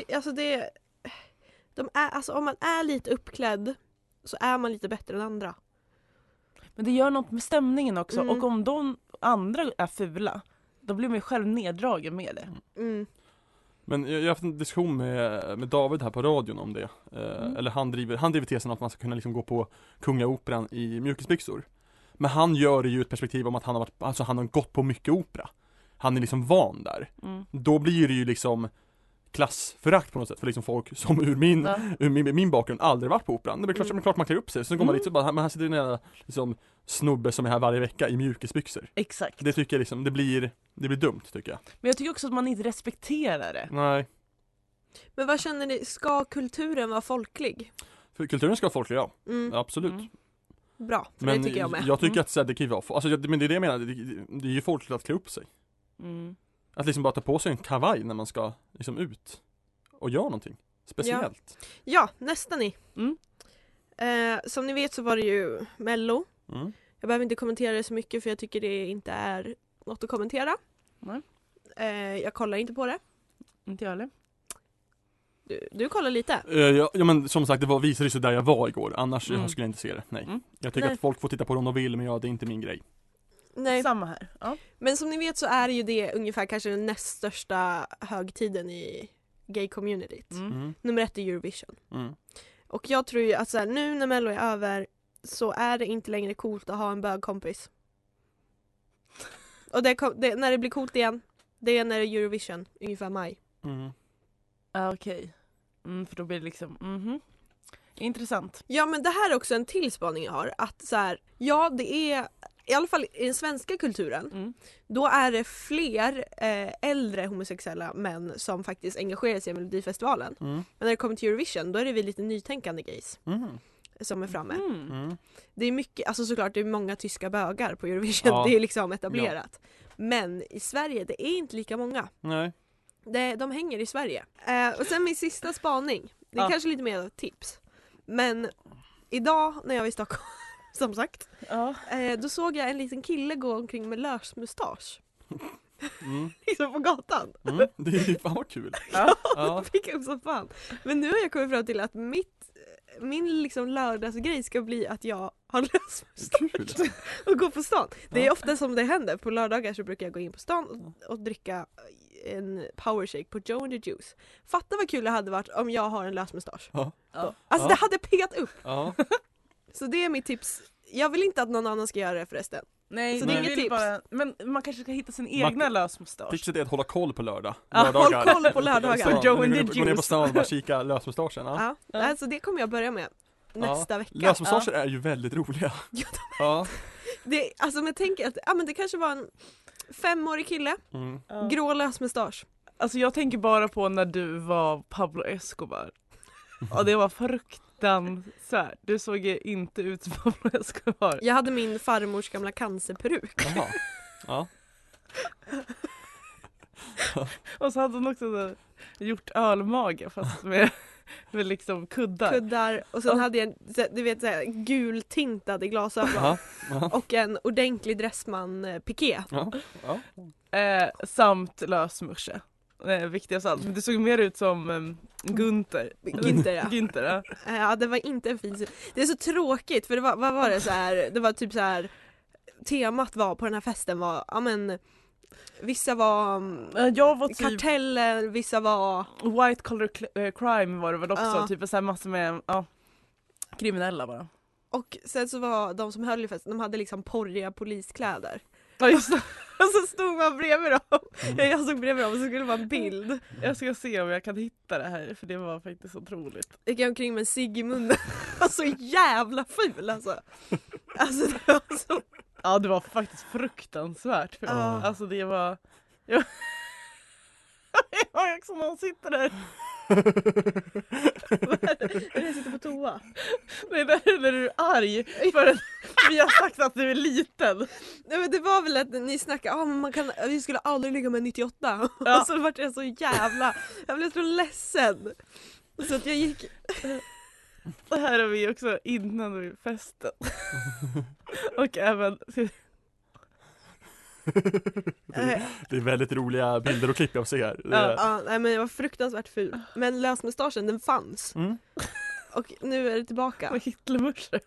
alltså om man är lite uppklädd så är man lite bättre än andra. Men det gör något med stämningen också. Och om de andra är fula, då blir man ju själv neddragen med det. Men jag har haft en diskussion med David här på radion om det. Eller han driver tesen att man ska kunna liksom gå på Kungaoperan i mjukisbyxor. Men han gör det ju ett perspektiv om att han har gått på mycket opera. Han är liksom van där. Då blir det ju liksom klassförakt på något sätt för liksom folk som ur min bakgrund aldrig varit på operan. Det är klart man klär upp sig. Så går man dit så bara, men här sitter en liksom snubbe som är här varje vecka i mjukisbyxor. Exakt. Det tycker jag liksom, det blir dumt tycker jag. Men jag tycker också att man inte respekterar det. Nej. Men vad känner ni, ska kulturen vara folklig? För kulturen ska vara folklig, ja. Absolut. Bra, för men det tycker jag med. Jag tycker att det kan ju vara, alltså, men det är det jag menar, det är ju folkligt att klä upp sig. Att liksom bara ta på sig en kavaj när man ska liksom ut och göra någonting speciellt. Ja, nästan ni. Som ni vet så var det ju Mello. Jag behöver inte kommentera det så mycket för jag tycker det inte är något att kommentera. Jag kollar inte på det. Inte jag heller. Du kollar lite? Ja, men som sagt, det visade sig där jag var igår. Annars skulle jag inte se det. Nej. Jag tycker att folk får titta på det om de vill, men det är inte min grej. Nej. Samma här. Ja. Men som ni vet så är det ju det ungefär kanske den näst största högtiden i gay-communityt. Nummer 1 är Eurovision. Och jag tror ju att så här, nu när Mello är över så är det inte längre coolt att ha en bögkompis. Och när det blir coolt igen, det är när det är Eurovision, ungefär maj. Okej. För då blir det liksom intressant. Ja, men det här är också en tillspaning jag har. Att så här, ja, det är i alla fall i den svenska kulturen, då är det fler äldre homosexuella män som faktiskt engagerar sig i Melodifestivalen. Men när det kommer till Eurovision, då är det vi lite nytänkande gays som är framme. Det är mycket, alltså såklart det är många tyska bögar på Eurovision, det är liksom etablerat. Men i Sverige, det är inte lika många. Nej. De hänger i Sverige. Och sen min sista spaning. Det är kanske lite mer tips. Men idag när jag var i Stockholm, som sagt, då såg jag en liten kille gå omkring med lösmustasch. Liksom på gatan. Det är ju fan vad kul. Ja, fick jag så fan. Men nu har jag kommit fram till att min liksom lördagsgrej ska bli att jag har lösmustasch och gå på stan. Det är ofta som det händer. På lördagar så brukar jag gå in på stan och dricka en powershake på Joe and the Juice. Fatta vad kul det hade varit om jag har en lösmustasch. Alltså det hade piggat upp. Så det är mitt tips. Jag vill inte att någon annan ska göra det förresten. Nej, så det är inget tips. Men man kanske ska hitta sin egna lösmustasch. Tipset är att hålla koll på lördag. Håll koll på lördagar. Joe and the Gå ner på stan och bara kika lösmustaschen. Alltså det kommer jag börja med nästa vecka. Lösmustascher är ju väldigt roliga. Alltså men tänk att men det kanske var en 5-årig kille. Grå lösmustasch. Alltså jag tänker bara på när du var Pablo Escobar. Och det var fruktansvärt. Du såg ju inte ut som Pablo Escobar. Jag hade min farmors gamla cancerperuk. Och så hade hon också gjort ölmage fast med liksom kuddar. Och sen hade jag du vet så här gultintade glasögon. Och en ordentlig dressman piké. Samt lösmusche. Viktigast allt. Men det såg mer ut som Günther. Günther, ja, det var inte en fin. Det är så tråkigt för det var, vad var det så här? Det var typ så här. Temat var på den här festen var vissa var jag var typ karteller, vissa var white collar crime var det väl också, typ så här massor med kriminella bara. Och sen så var de som höll i festen, de hade liksom porriga poliskläder. Ja just det. Och så stod man bredvid dem. Jag stod bredvid dem och så skulle det vara en bild. Jag ska se om jag kan hitta det här för det var faktiskt så otroligt. Jag gick omkring med en cigg i munnen. Var så jävla ful alltså. Alltså det var så. Ja, det var faktiskt fruktansvärt. Alltså det var. Jag också någon sitter där. Jag sitter på toa. Nej, när du är arg för att vi har sagt att du är liten. Nej, men det var väl att ni snackade vi skulle aldrig ligga med 98. Ja. Och så var jag så jävla. Jag blev så ledsen. Så att jag gick. Det här har vi också innan vi festen. Och även det är väldigt roliga bilder och klipp jag ser här. Nej, men jag var fruktansvärt ful. Men lösmustaschen, den fanns. Och nu är det tillbaka. Och Hitlermusche.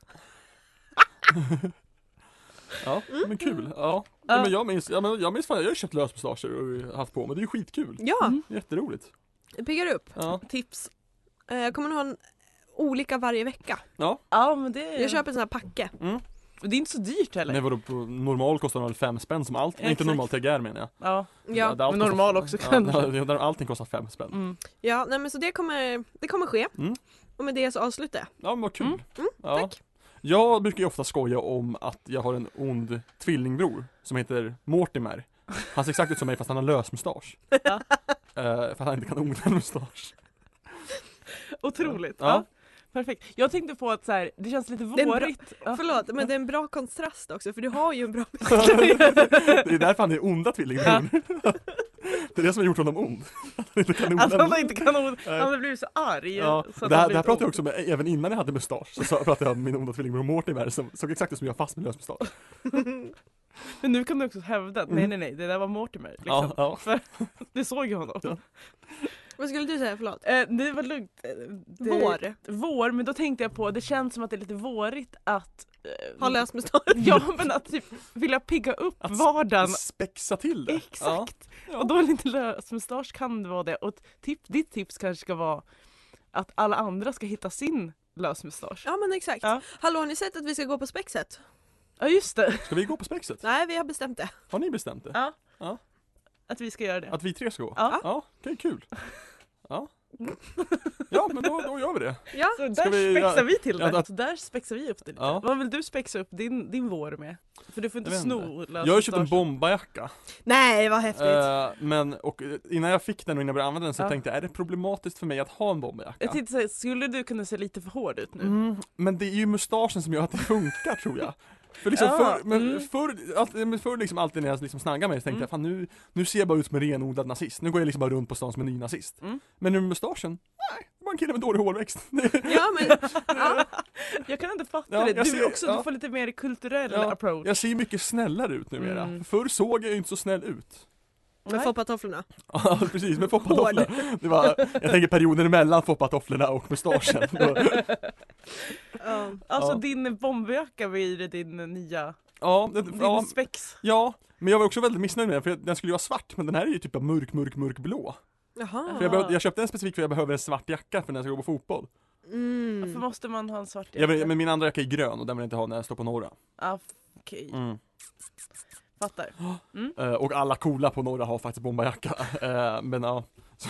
Men kul. Men jag minns fan, jag har köpt lösmustascher och haft på, men det är ju skitkul. Jätteroligt. Det piggar upp. Tips. Jag kommer nog ha olika varje vecka. Ja, men det jag köper en sån här packe. Det är inte så dyrt heller. Nej, vadå, på normal kostar väl 5 spänn som allt. Inte normal TGR menar jag. Ja. Men normal också kanske. Allting kostar 5 spänn. Ja, nej, men så det kommer ske. Och med det så avslutar jag. Ja, men vad kul. Tack. Jag brukar ju ofta skoja om att jag har en ond tvillingbror som heter Mortimer. Han ser exakt ut som mig fast han har lösmustasch. För att han inte kan odla en mustasch. Otroligt. Ja. Perfekt. Jag tänkte på att så här, det känns lite vårigt. Förlåt, men det är en bra kontrast också för du har ju en bra Det är därför han är onda tvillingbror. Det är det som har gjort honom ond. Han inte kan han har blivit så arg. Så det här pratade jag också med, även innan jag hade mustasch. Så pratade jag om min onda tvillingbror Mortimer som såg exakt ut som jag fast med lösmustasch. Men nu kan du också hävda att nej, det där var Mortimer. Liksom. För du såg ju honom. Vad skulle du säga, förlåt? Det var lugnt. Vår, men då tänkte jag på, det känns som att det är lite vårigt att ha lösmustasch. Ja, men att typ vilja pigga upp att vardagen. Spexa till det. Exakt. Och då är det inte lösmustasch, kan det vara det. Och ditt tips kanske ska vara att alla andra ska hitta sin lösmustasch. Ja, men exakt. Hallå, har ni sett att vi ska gå på Spexet? Ja, just det. Ska vi gå på Spexet? Nej, vi har bestämt det. Har ni bestämt det? Ja. Att vi ska göra det. Att vi 3 ska gå? Ja. Okej, kul. Ja, men då gör vi det. Ja. Så där spexar vi till det. Ja, Så där spexar vi upp det lite. Vad vill du spexa upp din vår med? För du får inte sno. Jag har köpt en bombajacka. Nej, vad häftigt. Men innan jag fick den och innan jag började använda den så tänkte jag, är det problematiskt för mig att ha en bombajacka? Jag tänkte säga, skulle du kunna se lite för hård ut nu? Men det är ju mustaschen som gör att det funkar, tror jag. För liksom förr liksom alltid när jag liksom snaggade mig så tänkte jag, fan nu ser jag bara ut som en renodlad nazist. Nu går jag liksom bara runt på stan som en ny nazist. Men nu med mustaschen, nej, det var en kille med dålig hårväxt. Ja, men Jag kan inte fatta det. Du får lite mer kulturell approach. Jag ser mycket snällare ut numera. Förr såg jag ju inte så snäll ut. med foppatofflorna. Ja, precis, med foppatofflorna. Det var, jag tänker perioden mellan foppatofflorna och mustaschen. Alltså din bomberjacka blir din nya din spex. Ja, men jag var också väldigt missnöjd med den, för den skulle ju vara svart, men den här är ju typ av mörkblå. Jaha. För jag köpte en specifik för jag behöver en svart jacka för när jag ska gå på fotboll. Varför måste man ha en svart jacka? Men min andra jacka är grön och den vill jag inte ha när jag står på Norra. Okej. Fattar. Och alla coola på Norra har faktiskt bomberjacka. Men ja.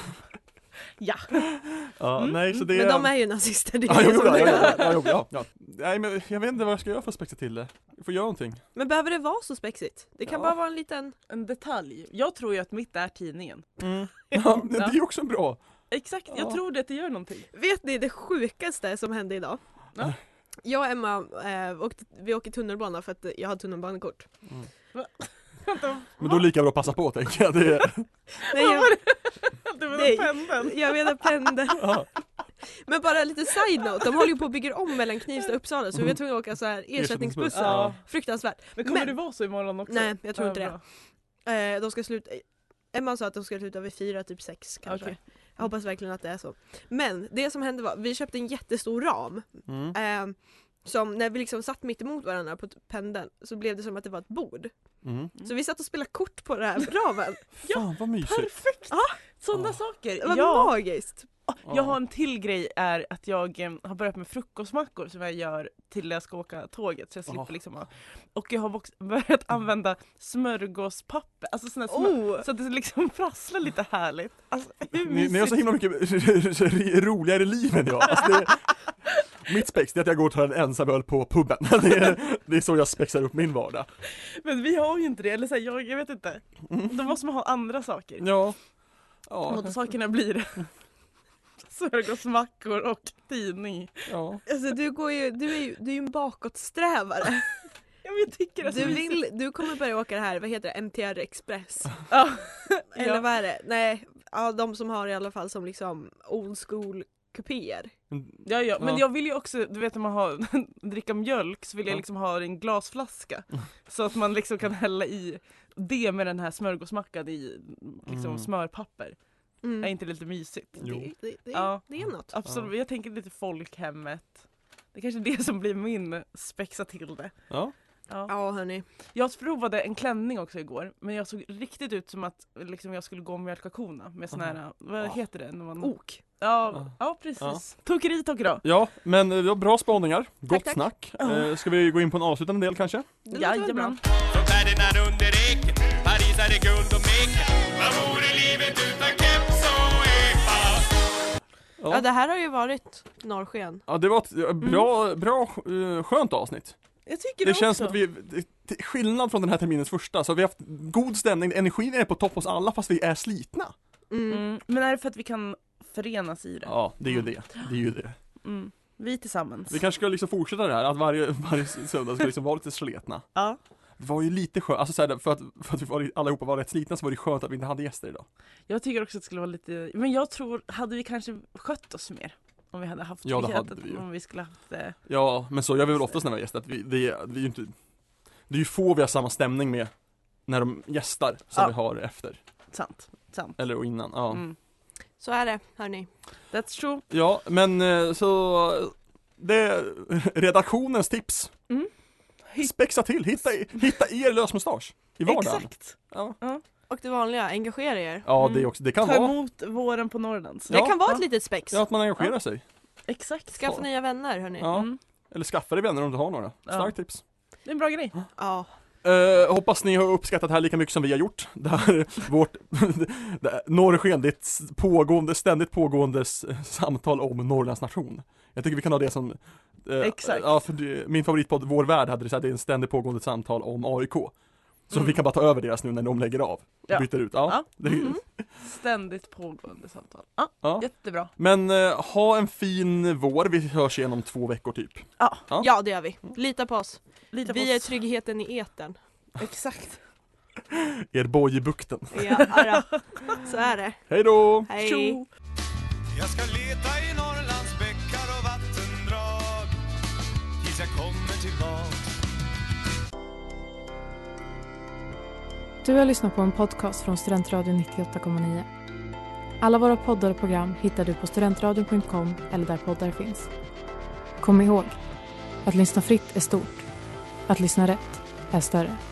Nej, så det... Men de är ju nazister. Ja. Nej, men jag vet inte vad jag ska göra för att spexa till det. Jag får göra någonting. Men behöver det vara så spexigt? Det kan bara vara en liten... En detalj. Jag tror ju att mitt är tidningen. Ja, det är ju också bra. Exakt, jag tror det gör någonting. Vet ni det sjukaste som hände idag? Ja. Jag och Emma vi åker tunnelbana för att jag har tunnelbanekort. Men då lika bra passa på, tänker jag. Jag menar pendeln. Men bara lite side note, de håller ju på att bygga om mellan Knivsta och Uppsala, så vi är tvungna att åka så här ersättningsbussar. Fruktansvärt. Men kommer det vara så imorgon också? Nej, jag tror inte det. De ska sluta. Emma sa att de ska sluta vid 4, typ 6 kanske. Okay. Jag hoppas verkligen att det är så. Men det som hände var, vi köpte en jättestor ram. Som när vi liksom satt mitt emot varandra på pendeln, så blev det som att det var ett bord. Så vi satt och spelade kort på det här ramen. Fan vad mysigt. Perfekt! Sådana saker. Det var magiskt. Jag har en till grej, är att jag har börjat med frukostmackor som jag gör till när jag ska åka tåget, så jag slipper liksom ha. Och jag har börjat använda smörgåspapper, alltså såna så att det liksom prasslar lite härligt. Alltså, ni har så himla mycket roligare liv än jag. Alltså, mitt spex är att jag går och tar en ensam öl på puben. Det är så jag spexar upp min vardag. Men vi har ju inte det, eller så här, jag vet inte. Då måste man ha andra saker. Ja. Och sakerna blir smörgåsmackor och tidning. Ja. Alltså du är ju en bakåtsträvare. Jag tycker att du kommer börja åka det här, vad heter det, MTR Express. Eller vad är det? Nej, de som har i alla fall som liksom old school kupéer. Ja, men jag vill ju också, du vet, om man dricka mjölk så vill jag liksom ha en glasflaska så att man liksom kan hälla i det med den här smörgåsmackan i liksom smörpapper. Är inte lite mysigt? Det är något. Absolut, jag tänker lite folkhemmet. Det är kanske det som blir min spexa till det. Ja, hörni. Jag provade en klänning också igår, men jag såg riktigt ut som att liksom, jag skulle gå och mjölka korna med sån här, vad heter det? När man... Ok. Ja, precis. Tokeri då. Ja, men det var bra spaningar. Gott tack. snack. Ska vi gå in på en avslutande del kanske? Jajamän. Från färdigheten under eken, Paris är det guld och meka. Vad vore livet utan keps och epa? Ja, det här har ju varit norrsken. Ja, det var ett bra skönt avsnitt. Jag tycker det också. Känns som att till skillnad från den här terminens första, så vi har haft god stämning, energin är på topp hos alla fast vi är slitna. Men är det för att vi kan förenas i det? Ja, det är ju det. Vi tillsammans. Vi kanske ska liksom fortsätta det här, att varje söndag ska liksom vara lite sletna. Ja. Det var ju lite skönt, alltså så här, för att vi allihopa var rätt slitna, så var det skönt att vi inte hade gäster idag. Jag tycker också att det skulle vara lite, men jag tror, hade vi kanske skött oss mer om vi hade haft det hade vi ju. Om vi skulle haft Ja, men så jag vill väl oftast när vi har gästat, det är ju inte, det är ju få vi har samma stämning med när de gästar som vi har efter. Sant. Eller innan, Så är det, hörni. That's true. Ja, men så det är redaktionens tips. Spexa till, hitta er lösmustasch i vardagen. Exakt. Ja. Och det vanliga, engagera er. Ja, det också, det kan Ta vara. emot våren på Norrlands. Det kan vara ett litet spex. Ja, att man engagerar sig. Exakt. Skaffa nya vänner, hörni. Ja. Eller skaffa dig vänner om du har några. Starkt tips. Det är en bra grej. Ja. Hoppas ni har uppskattat det här lika mycket som vi har gjort. Det här vårt norrsken, det är ett ständigt pågående samtal om Norrlands nation. Jag tycker vi kan ha det som Exakt. Ja, för min favoritpodd Vår Värld hade det så här, det är en ständigt pågående samtal om AIK. Så vi kan bara ta över deras nu när de lägger av. Ja. Byter ut. Ja. Det är... Ständigt pågående samtal. Ja. Jättebra. Men ha en fin vår. Vi hörs igen om 2 veckor typ. Ja, det gör vi. Lita på oss. Lita på Vi är oss. tryggheten i etern. Exakt. Er boj i bukten. Ja, ara. Så är det. Hej då! Hej. Tjo. Jag ska leta i Norrlands bäckar och vattendrag tills jag kommer tillbaka. Du har lyssnat på en podcast från Studentradion 98,9. Alla våra poddar och program hittar du på studentradion.com eller där poddar finns. Kom ihåg, att lyssna fritt är stort. Att lyssna rätt är större.